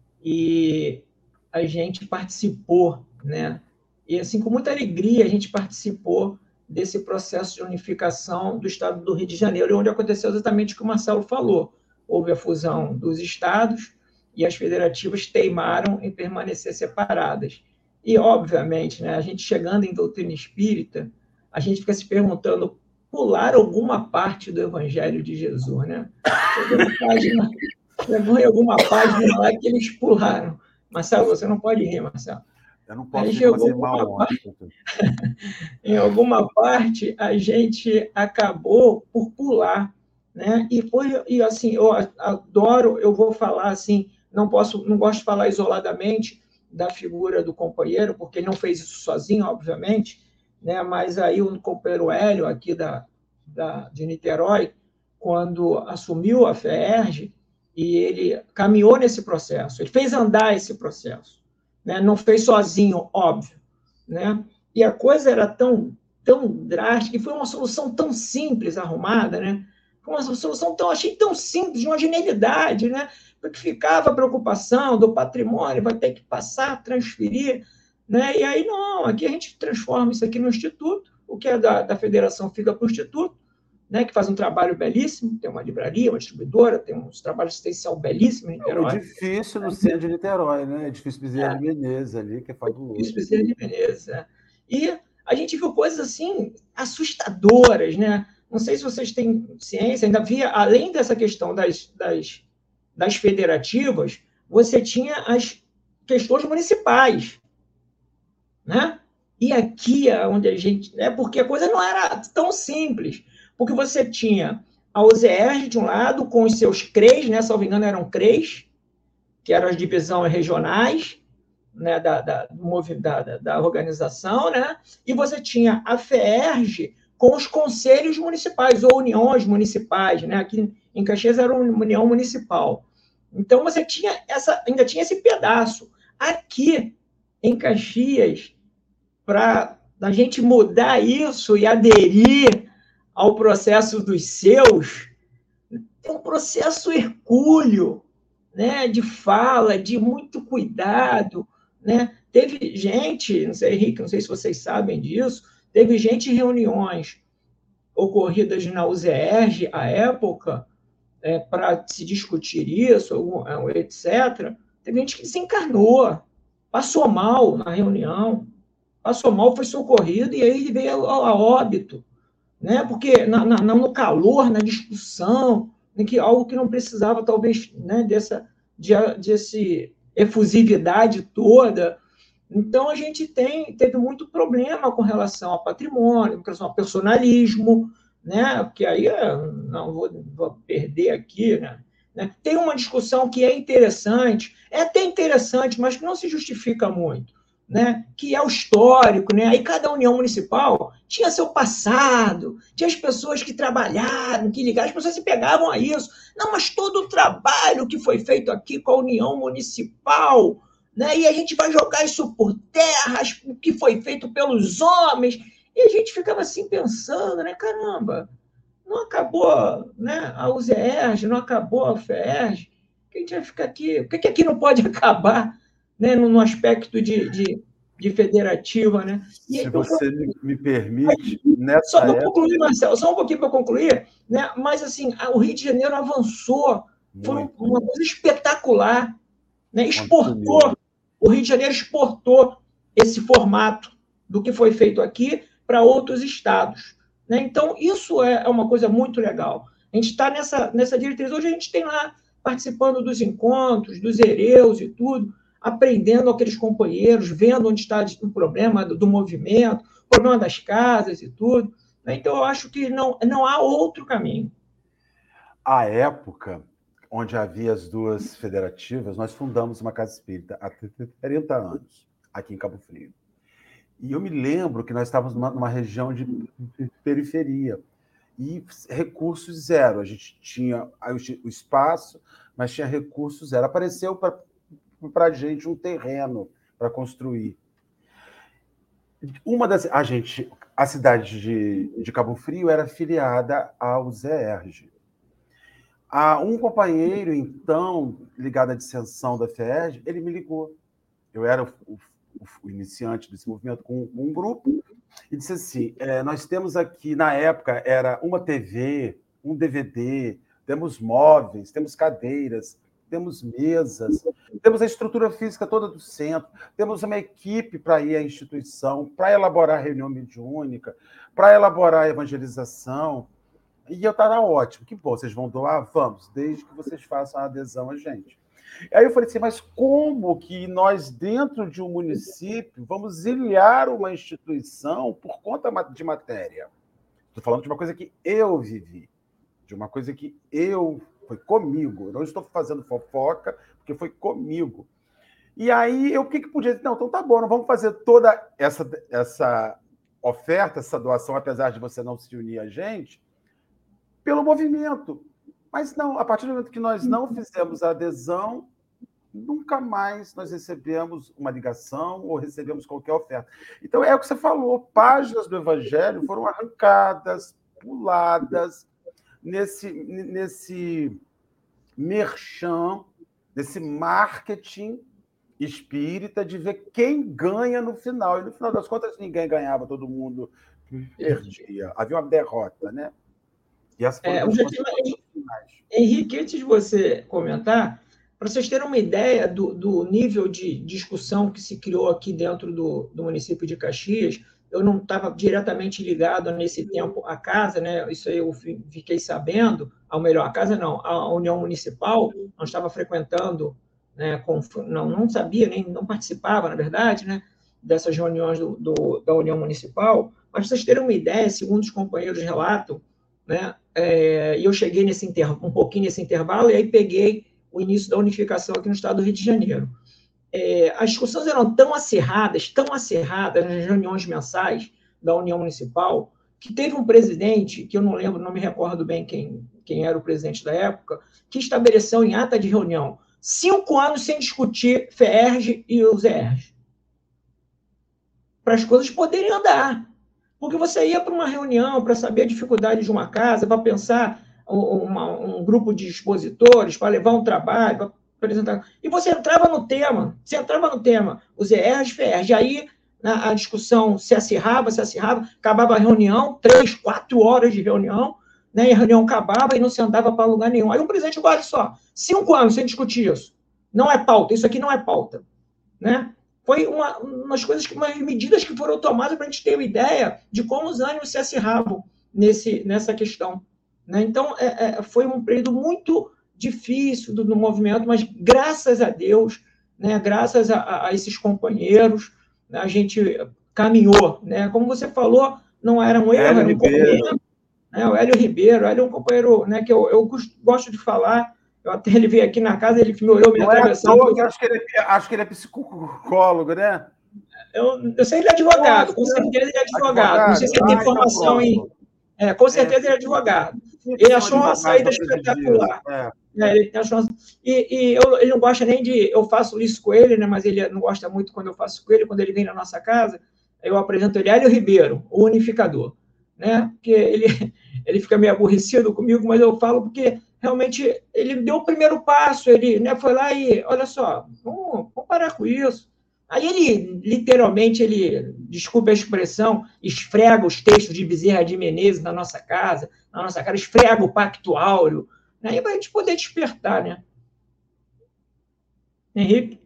e a gente participou, né? E, assim, com muita alegria, a gente participou desse processo de unificação do estado do Rio de Janeiro, onde aconteceu exatamente o que o Marcelo falou. Houve a fusão dos estados e as federativas teimaram em permanecer separadas. E, obviamente, né, a gente chegando em doutrina espírita, a gente fica se perguntando, pular alguma parte do Evangelho de Jesus, né? Chegou, na página, chegou em alguma página lá que eles pularam. Marcelo, você não pode rir, Marcelo. Eu não posso Aí rir, chegou mas mal parte, em alguma parte, a gente acabou por pular, né? E foi, e assim, eu adoro, eu vou falar assim, não posso, não gosto de falar isoladamente da figura do companheiro, porque ele não fez isso sozinho, obviamente, né? Mas aí o companheiro Hélio, aqui da, da, de Niterói, quando assumiu a FEERJ, e ele caminhou nesse processo, ele fez andar esse processo, né? Não fez sozinho, óbvio, né? E a coisa era tão, tão drástica, e foi uma solução tão simples arrumada, né? Foi uma solução tão, achei tão simples, de uma genialidade, né? Porque ficava a preocupação do patrimônio, vai ter que passar, transferir, né? E aí, não, aqui a gente transforma isso aqui no Instituto, o que é da, da federação fica para o Instituto, né, que faz um trabalho belíssimo, tem uma livraria, uma distribuidora, tem uns trabalhos assistencial belíssimos em Niterói. É um edifício no centro de Niterói, né? Edifício Bezerra é. de Menezes ali, que é fabuloso. Edifício Bezerra de Menezes, é. E a gente viu coisas assim assustadoras, né? Não sei se vocês têm ciência, ainda havia, além dessa questão das, das, das federativas, você tinha as questões municipais, né? E aqui é onde a gente... É porque a coisa não era tão simples, porque você tinha a U Z E R J de um lado, com os seus C R E S, né? Se não me engano, eram C R E S, que eram as divisões regionais, né? da, da, da, da organização, né? E você tinha a FEERJ com os conselhos municipais, ou uniões municipais, né? Aqui em Caxias era uma união municipal. Então, você tinha essa, ainda tinha esse pedaço. Aqui, em Caxias, para a gente mudar isso e aderir ao processo dos seus, tem um processo hercúleo, né, de fala, de muito cuidado, né? Teve gente, não sei, Henrique, não sei se vocês sabem disso, teve gente em reuniões ocorridas na U Z E R J, à época, é, para se discutir isso, etcétera. Teve gente que desencarnou, passou mal na reunião, passou mal, foi socorrido, e aí ele veio a óbito, né? Porque na, na, no calor, na discussão, em que algo que não precisava, talvez, né, dessa de, desse efusividade toda. Então, a gente tem, teve muito problema com relação ao patrimônio, com relação ao personalismo, né? Porque aí, não vou, vou perder aqui, né? Tem uma discussão que é interessante, é até interessante, mas que não se justifica muito, né, que é o histórico, né? Aí cada união municipal tinha seu passado, tinha as pessoas que trabalharam, que ligaram, as pessoas se pegavam a isso. Não, mas todo o trabalho que foi feito aqui com a união municipal, né? E a gente vai jogar isso por terra, o que foi feito pelos homens. E a gente ficava assim pensando, né? Caramba, não acabou, né, a U Z E R J, não acabou a FEERJ, que a gente vai ficar aqui, o que aqui não pode acabar, né, no aspecto de, de, de federativa, né? E Se você me, me permite, nessa só para época... concluir, Marcelo, só um pouquinho para concluir, né? Mas assim, o Rio de Janeiro avançou, foi uma coisa espetacular, né? Exportou, o Rio de Janeiro exportou esse formato do que foi feito aqui para outros estados, né? Então, isso é uma coisa muito legal. A gente está nessa, nessa diretriz. Hoje a gente tem lá, participando dos encontros, dos hereus e tudo, aprendendo aqueles companheiros, vendo onde está o problema do, do movimento, o problema das casas e tudo. Então, eu acho que não, não há outro caminho. À época, onde havia as duas federativas, nós fundamos uma casa espírita há trinta anos, aqui em Cabo Frio. E eu me lembro que nós estávamos numa, numa região de periferia e recursos zero. A gente tinha o espaço, mas tinha recursos zero. Apareceu para a gente um terreno para construir. Uma das, a, gente, a cidade de, de Cabo Frio era afiliada ao U Z E R J. A, um companheiro, então, ligado à dissensão da FEERJ, ele me ligou. Eu era o, o o iniciante desse movimento com um grupo, e disse assim, é, nós temos aqui, na época, era uma T V, um D V D, temos móveis, temos cadeiras, temos mesas, temos a estrutura física toda do centro, temos uma equipe para ir à instituição, para elaborar a reunião mediúnica, para elaborar a evangelização. E eu estava ótimo, que bom, vocês vão doar? Vamos, desde que vocês façam a adesão a gente. Aí eu falei assim, mas como que nós, dentro de um município, vamos ilhar uma instituição por conta de matéria? Estou falando de uma coisa que eu vivi, de uma coisa que eu... Foi comigo. Eu não estou fazendo fofoca, porque foi comigo. E aí, eu, o que, que podia dizer? Não, então tá bom, não vamos fazer toda essa, essa oferta, essa doação, apesar de você não se unir a gente, pelo movimento. Mas não, a partir do momento que nós não fizemos a adesão, nunca mais nós recebemos uma ligação ou recebemos qualquer oferta. Então, é o que você falou, páginas do Evangelho foram arrancadas, puladas, nesse, nesse merchan, nesse marketing espírita de ver quem ganha no final. E, no final das contas, ninguém ganhava, todo mundo perdia. Havia uma derrota, né? E essa é, o objetivo, Henrique, antes de você comentar, para vocês terem uma ideia do, do nível de discussão que se criou aqui dentro do, do município de Caxias, eu não estava diretamente ligado nesse tempo à casa, né? Isso aí eu fiquei sabendo, ao melhor, a casa não, a União Municipal, não estava frequentando, né, com, não, não sabia, nem não participava, na verdade, né, dessas reuniões do, do, da União Municipal, mas para vocês terem uma ideia, segundo os companheiros relatam, né, é, eu cheguei nesse inter, um pouquinho nesse intervalo, e aí peguei o início da unificação aqui no estado do Rio de Janeiro. É, as discussões eram tão acirradas, tão acirradas nas reuniões mensais da União Municipal, que teve um presidente, que eu não lembro, não me recordo bem quem, quem era o presidente da época, que estabeleceu em ata de reunião cinco anos sem discutir F E E R J e os E R J, para as coisas poderem andar. Porque você ia para uma reunião para saber a dificuldade de uma casa, para pensar uma, um grupo de expositores, para levar um trabalho, para apresentar. E você entrava no tema, você entrava no tema, os E R J, F E E R J, aí a discussão se acirrava, se acirrava, acabava a reunião, três, quatro horas de reunião, né, e a reunião acabava e não se andava para lugar nenhum. Aí o presidente, olha só, cinco anos sem discutir isso. Não é pauta, isso aqui não é pauta. Né? Foi uma, umas coisas, umas medidas que foram tomadas para a gente ter uma ideia de como os ânimos se acirravam nesse, nessa questão. Né? Então, é, é, foi um período muito difícil do, do movimento, mas graças a Deus, né, graças a, a esses companheiros, né, a gente caminhou. Né? Como você falou, não era um erro, era um companheiro. Né? O Hélio Ribeiro, o Hélio é um companheiro, né, que eu, eu gosto de falar. Eu até ele veio aqui na casa, ele me olhou, me atravessando. É, acho, que ele, acho que ele é psicólogo, né? Eu, eu sei que ele é advogado, com certeza ele é advogado. advogado. Não sei se ele tem ah, formação em... É, com certeza é. ele é advogado. Ele achou uma saída espetacular. É. É, ele achou uma... E, e eu, ele não gosta nem de... Eu faço isso com ele, né, mas ele não gosta muito quando eu faço com ele, quando ele vem na nossa casa, eu apresento ele, Hélio Ribeiro, o unificador. Né? Porque ele, ele fica meio aborrecido comigo, mas eu falo porque... Realmente, ele deu o primeiro passo, ele, né, foi lá e, olha só, vamos, vamos parar com isso. Aí ele, literalmente, ele, desculpe a expressão, esfrega os textos de Bezerra de Menezes na nossa casa, na nossa cara, esfrega o Pacto Áureo, aí vai a gente poder despertar, né? Henrique?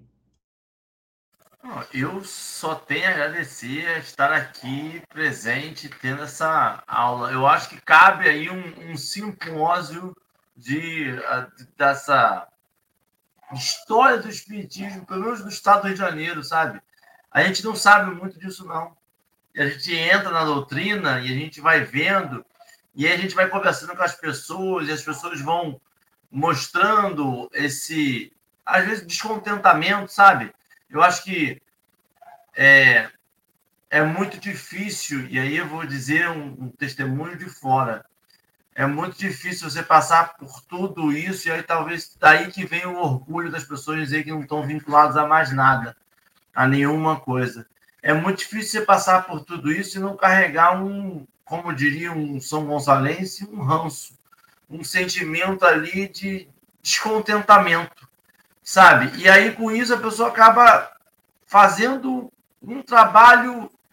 Eu só tenho a agradecer a estar aqui presente, tendo essa aula. Eu acho que cabe aí um, um simpósio De, dessa história do espiritismo, pelo menos do estado do Rio de Janeiro, sabe? A gente não sabe muito disso, não. E a gente entra na doutrina e a gente vai vendo, e aí a gente vai conversando com as pessoas, e as pessoas vão mostrando esse, às vezes, descontentamento, sabe? Eu acho que é, é muito difícil, e aí eu vou dizer um, um testemunho de fora. É muito difícil você passar por tudo isso, e aí talvez daí que vem o orgulho das pessoas dizer que não estão vinculados a mais nada, a nenhuma coisa. É muito difícil você passar por tudo isso e não carregar um, como diria um São Gonçalense, um ranço, um sentimento ali de descontentamento, sabe? E aí, com isso, a pessoa acaba fazendo um trabalho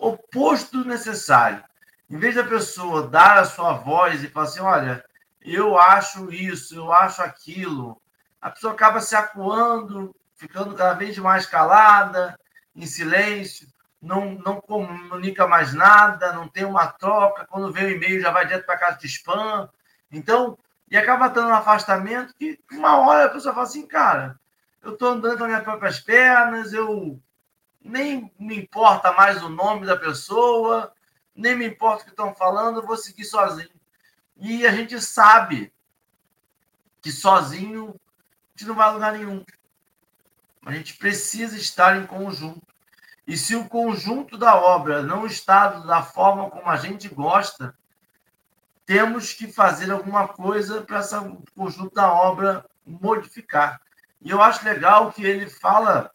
oposto do necessário. Em vez da pessoa dar a sua voz e falar assim, olha, eu acho isso, eu acho aquilo, a pessoa acaba se acuando, ficando cada vez mais calada, em silêncio, não, não comunica mais nada, não tem uma troca, quando vem o e-mail já vai direto para a caixa de spam. Então, e acaba tendo um afastamento que uma hora a pessoa fala assim, cara, eu estou andando com as minhas próprias pernas, eu nem me importa mais o nome da pessoa, nem me importa o que estão falando, eu vou seguir sozinho. E a gente sabe que sozinho a gente não vai a lugar nenhum. A gente precisa estar em conjunto. E se o conjunto da obra não está da forma como a gente gosta, temos que fazer alguma coisa para esse conjunto da obra modificar. E eu acho legal que ele fala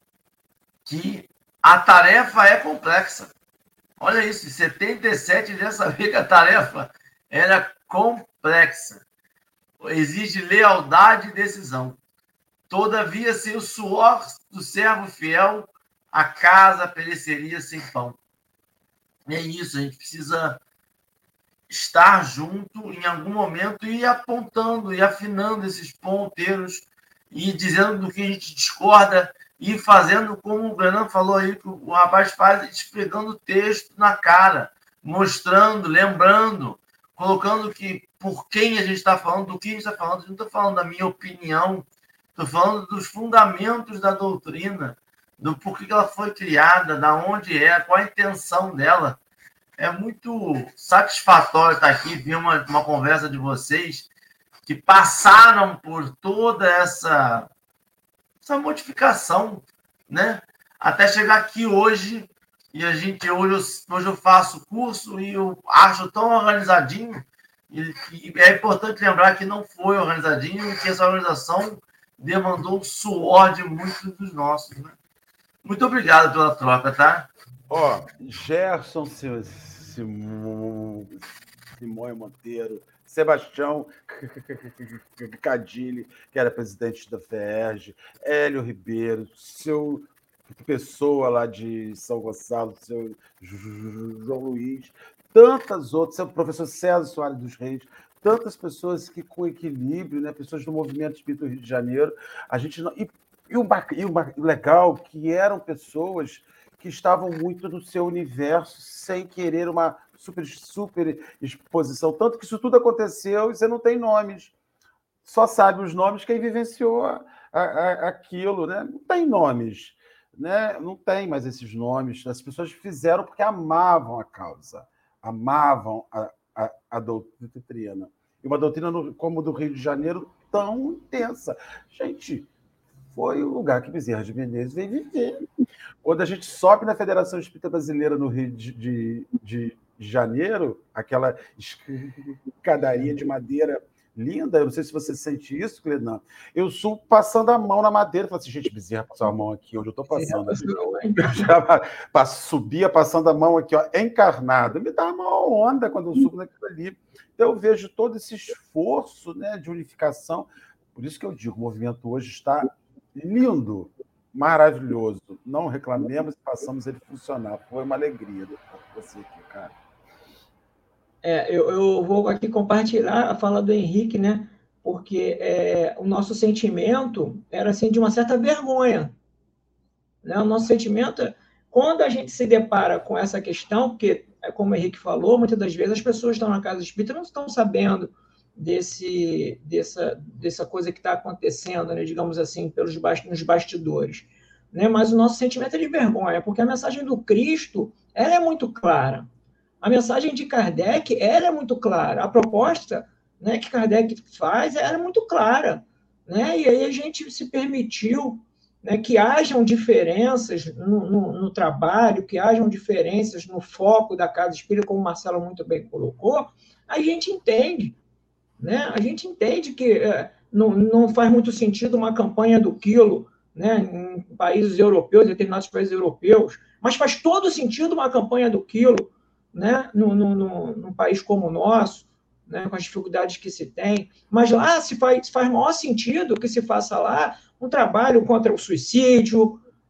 que a tarefa é complexa. Olha isso, em setenta e sete ele já sabia que a tarefa era complexa. Exige lealdade e decisão. Todavia, sem o suor do servo fiel, a casa pereceria sem pão. E é isso, a gente precisa estar junto em algum momento e ir apontando e afinando esses ponteiros e dizendo do que a gente discorda e fazendo como o Renan falou aí, que o rapaz faz, esfregando o texto na cara, mostrando, lembrando, colocando que por quem a gente está falando, do que a gente está falando. Eu não estou falando da minha opinião, estou falando dos fundamentos da doutrina, do porquê que ela foi criada, da onde é, qual a intenção dela. É muito satisfatório estar aqui, ver uma, uma conversa de vocês que passaram por toda essa, essa modificação, né? Até chegar aqui hoje, e a gente hoje, hoje eu faço curso e eu acho tão organizadinho, e, e é importante lembrar que não foi organizadinho, que essa organização demandou o suor de muitos dos nossos, né? Muito obrigado pela troca, tá? Ó, Gerson Simões Monteiro, Sebastião Cadilli, que era presidente da F E R J, Hélio Ribeiro, seu pessoa lá de São Gonçalo, seu João Luiz, tantas outras, seu professor César Soares dos Reis, tantas pessoas que com equilíbrio, né, pessoas do Movimento Espírita do Rio de Janeiro, a gente não... E, e, o, e o legal que eram pessoas que estavam muito no seu universo, sem querer uma super, super exposição. Tanto que isso tudo aconteceu e você não tem nomes. Só sabe os nomes quem vivenciou a, a, a, aquilo, né? Não tem nomes, né? Não tem mais esses nomes. As pessoas fizeram porque amavam a causa, amavam a, a, a doutrina. E uma doutrina no, como do Rio de Janeiro tão intensa. Gente, foi o lugar que Bezerra de Menezes veio viver. Quando a gente sobe na Federação Espírita Brasileira no Rio de, de, de Janeiro, aquela escadaria de madeira linda, eu não sei se você sente isso, Clenan, eu subo passando a mão na madeira, eu falo assim, gente, Bezerra passou a mão aqui, onde eu estou passando. Eu já subia passando a mão aqui, ó, encarnado. Me dá uma onda quando eu subo naquilo ali. Então, eu vejo todo esse esforço, né, de unificação. Por isso que eu digo, o movimento hoje está lindo, maravilhoso. Não reclamemos e passamos ele funcionar. Foi uma alegria com você aqui, cara. É, eu, eu vou aqui compartilhar a fala do Henrique, né? Porque é, o nosso sentimento era assim, de uma certa vergonha. Né? O nosso sentimento, é, quando a gente se depara com essa questão, porque, como o Henrique falou, muitas das vezes as pessoas estão na casa espírita e não estão sabendo desse, dessa, dessa coisa que está acontecendo, né, digamos assim, pelos nos bastidores. Né? Mas o nosso sentimento é de vergonha, porque a mensagem do Cristo ela é muito clara. A mensagem de Kardec ela é muito clara. A proposta, né, que Kardec faz ela é muito clara. Né? E aí a gente se permitiu, né, que hajam diferenças no, no, no trabalho, que hajam diferenças no foco da Casa Espírita, como o Marcelo muito bem colocou, a gente entende. Né? A gente entende que é, não, não faz muito sentido uma campanha do quilo, né, em países europeus, em determinados países europeus, mas faz todo sentido uma campanha do quilo, né, no, no, no, num país como o nosso, né, com as dificuldades que se tem. Mas lá se faz, faz maior sentido que se faça lá um trabalho contra o suicídio,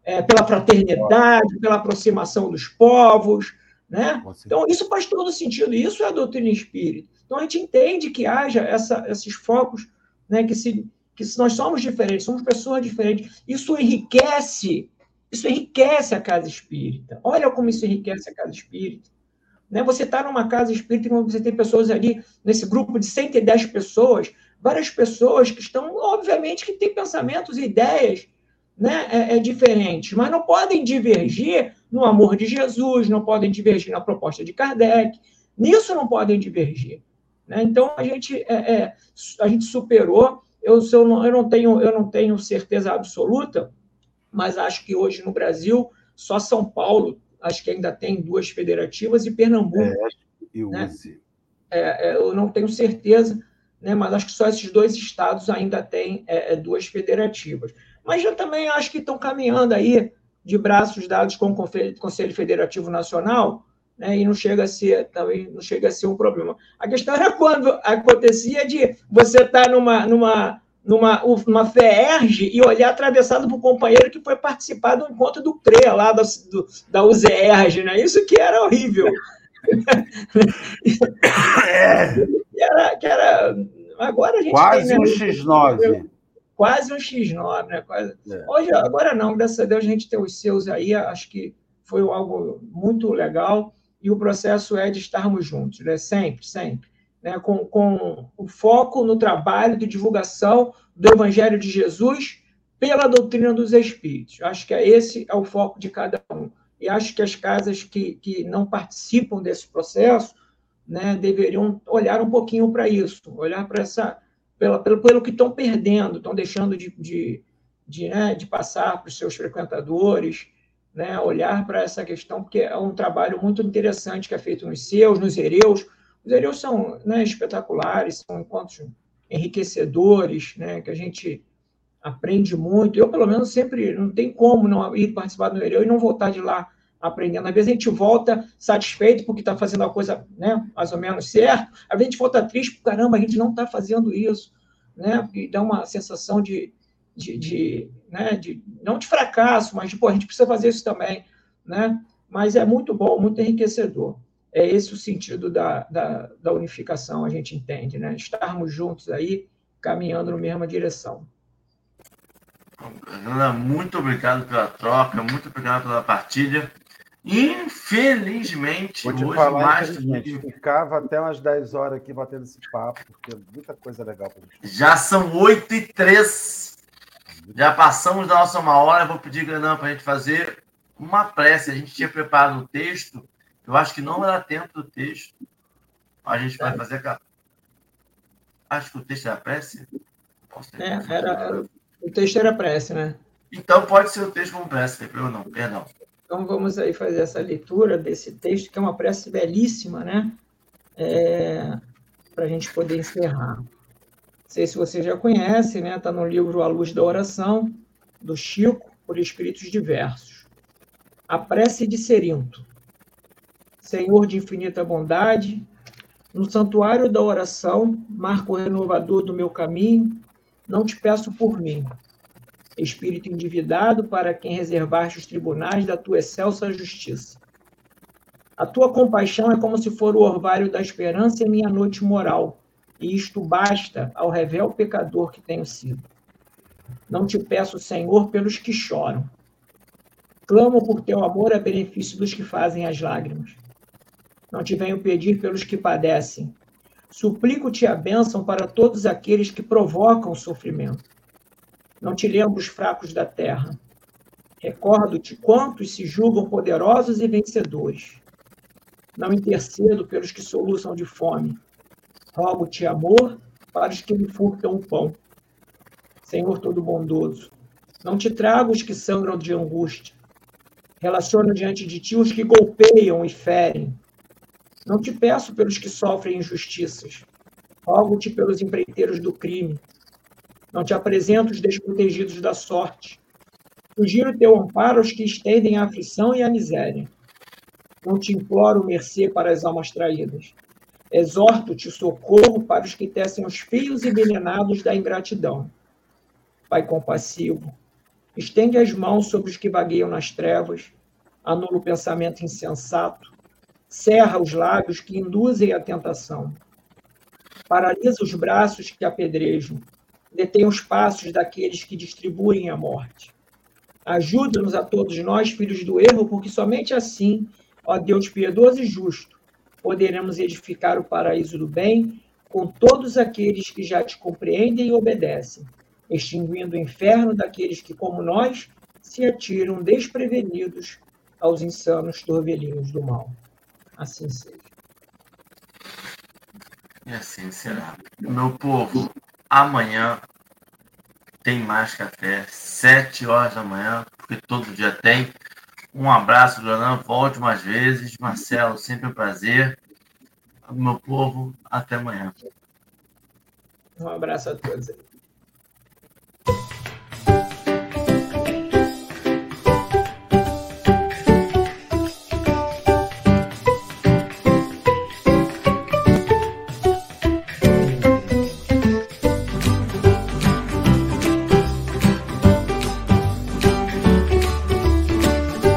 é, pela fraternidade, pela aproximação dos povos, né? Então, isso faz todo sentido, isso é a doutrina espírita. Então, a gente entende que haja essa, esses focos, né, que, se, que se nós somos diferentes, somos pessoas diferentes, isso enriquece, isso enriquece a casa espírita. Olha como isso enriquece a casa espírita. Né? Você está numa casa espírita, você tem pessoas ali, nesse grupo de cento e dez pessoas, várias pessoas que estão, obviamente, que têm pensamentos e ideias, né, é, é, diferentes, mas não podem divergir no amor de Jesus, não podem divergir na proposta de Kardec, nisso não podem divergir. Né? Então, a gente, é, é, a gente superou, eu, eu, não, eu, não tenho, eu não tenho certeza absoluta, mas acho que hoje no Brasil, só São Paulo, acho que ainda tem duas federativas, e Pernambuco. É, e o né? é, é, eu não tenho certeza, né, mas acho que só esses dois estados ainda têm é, duas federativas. Mas eu também acho que estão caminhando aí de braços dados com o Conselho Federativo Nacional, né, e não chega a ser, também não chega a ser um problema. A questão era quando acontecia de você estar numa, numa, numa, numa F E E R G e olhar atravessado para o companheiro que foi participar do encontro do C R E A, lá da, do, da U Z E R G, né? Isso que era horrível. que era, que era, agora a gente quase tem, um né, X nove. Quase um X nove, né? Quase. É. Hoje, agora não, graças a Deus a gente tem os seus aí, acho que foi algo muito legal, e o processo é de estarmos juntos, né? Sempre, sempre. Né? Com, com o foco no trabalho de divulgação do Evangelho de Jesus pela doutrina dos Espíritos. Acho que é esse é o foco de cada um. E acho que as casas que, que não participam desse processo, né, deveriam olhar um pouquinho para isso, olhar para essa, pela, pelo, pelo que estão perdendo, estão deixando de, de, de, né, de passar para os seus frequentadores, né, olhar para essa questão, porque é um trabalho muito interessante que é feito nos seus, nos hereus. Os hereus são, né, espetaculares, são encontros enriquecedores, né, que a gente aprende muito. Eu, pelo menos, sempre não tem como não ir participar do hereu e não voltar de lá aprendendo. Às vezes a gente volta satisfeito porque está fazendo a coisa, né, mais ou menos certo, às vezes a gente volta triste porque, caramba, a gente não está fazendo isso, né, porque dá uma sensação de, de, de, né, de, não de fracasso, mas de, pô, a gente precisa fazer isso também, né, mas é muito bom, muito enriquecedor. É esse o sentido da, da, da unificação, a gente entende, né, estarmos juntos aí, caminhando na mesma direção. Ana, muito obrigado pela troca, muito obrigado pela partilha. Infelizmente, Vou te hoje falar, mais infelizmente, ficava até umas dez horas aqui batendo esse papo, porque é muita coisa legal para a gente. Já são oito e três, já passamos da nossa uma hora. Eu vou pedir, Granão, para a gente fazer uma prece. A gente tinha preparado o texto, eu acho que não vai dar tempo do texto. A gente vai fazer a... Acho que o texto era prece. É, era, era, o texto era prece, né? Então pode ser o texto como prece, não, não, perdão. Então vamos aí fazer essa leitura desse texto, que é uma prece belíssima, né? É, para a gente poder encerrar. Não sei se você já conhece, né? Está no livro A Luz da Oração, do Chico, por escritos diversos. A prece de Cerinto. Senhor de infinita bondade, no santuário da oração, marco renovador do meu caminho, não te peço por mim, Espírito endividado para quem reservaste os tribunais da tua excelsa justiça. A tua compaixão é como se for o orvalho da esperança em minha noite moral, e isto basta ao revel pecador que tenho sido. Não te peço, Senhor, pelos que choram. Clamo por teu amor a benefício dos que fazem as lágrimas. Não te venho pedir pelos que padecem. Suplico-te a bênção para todos aqueles que provocam o sofrimento. Não te lembro os fracos da terra. Recordo-te quantos se julgam poderosos e vencedores. Não intercedo pelos que soluçam de fome. Rogo-te amor para os que me furtam o pão. Senhor todo-bondoso, não te trago os que sangram de angústia. Relaciono diante de ti os que golpeiam e ferem. Não te peço pelos que sofrem injustiças. Rogo-te pelos empreiteiros do crime. Não te apresento os desprotegidos da sorte. Sugiro teu amparo aos que estendem a aflição e a miséria. Não te imploro mercê para as almas traídas. Exorto-te socorro para os que tecem os fios envenenados da ingratidão. Pai compassivo, estende as mãos sobre os que vagueiam nas trevas, anula o pensamento insensato, cerra os lábios que induzem à tentação, paralisa os braços que apedrejam, detém os passos daqueles que distribuem a morte. Ajuda-nos a todos nós, filhos do erro, porque somente assim, ó Deus piedoso e justo, poderemos edificar o paraíso do bem com todos aqueles que já te compreendem e obedecem, extinguindo o inferno daqueles que, como nós, se atiram desprevenidos aos insanos turvelinhos do mal. Assim seja. E assim será. Meu povo, amanhã tem mais café, sete horas da manhã, porque todo dia tem. Um abraço, Leonardo. Volte mais vezes. Marcelo, sempre um prazer. Meu povo, até amanhã. Um abraço a todos aí.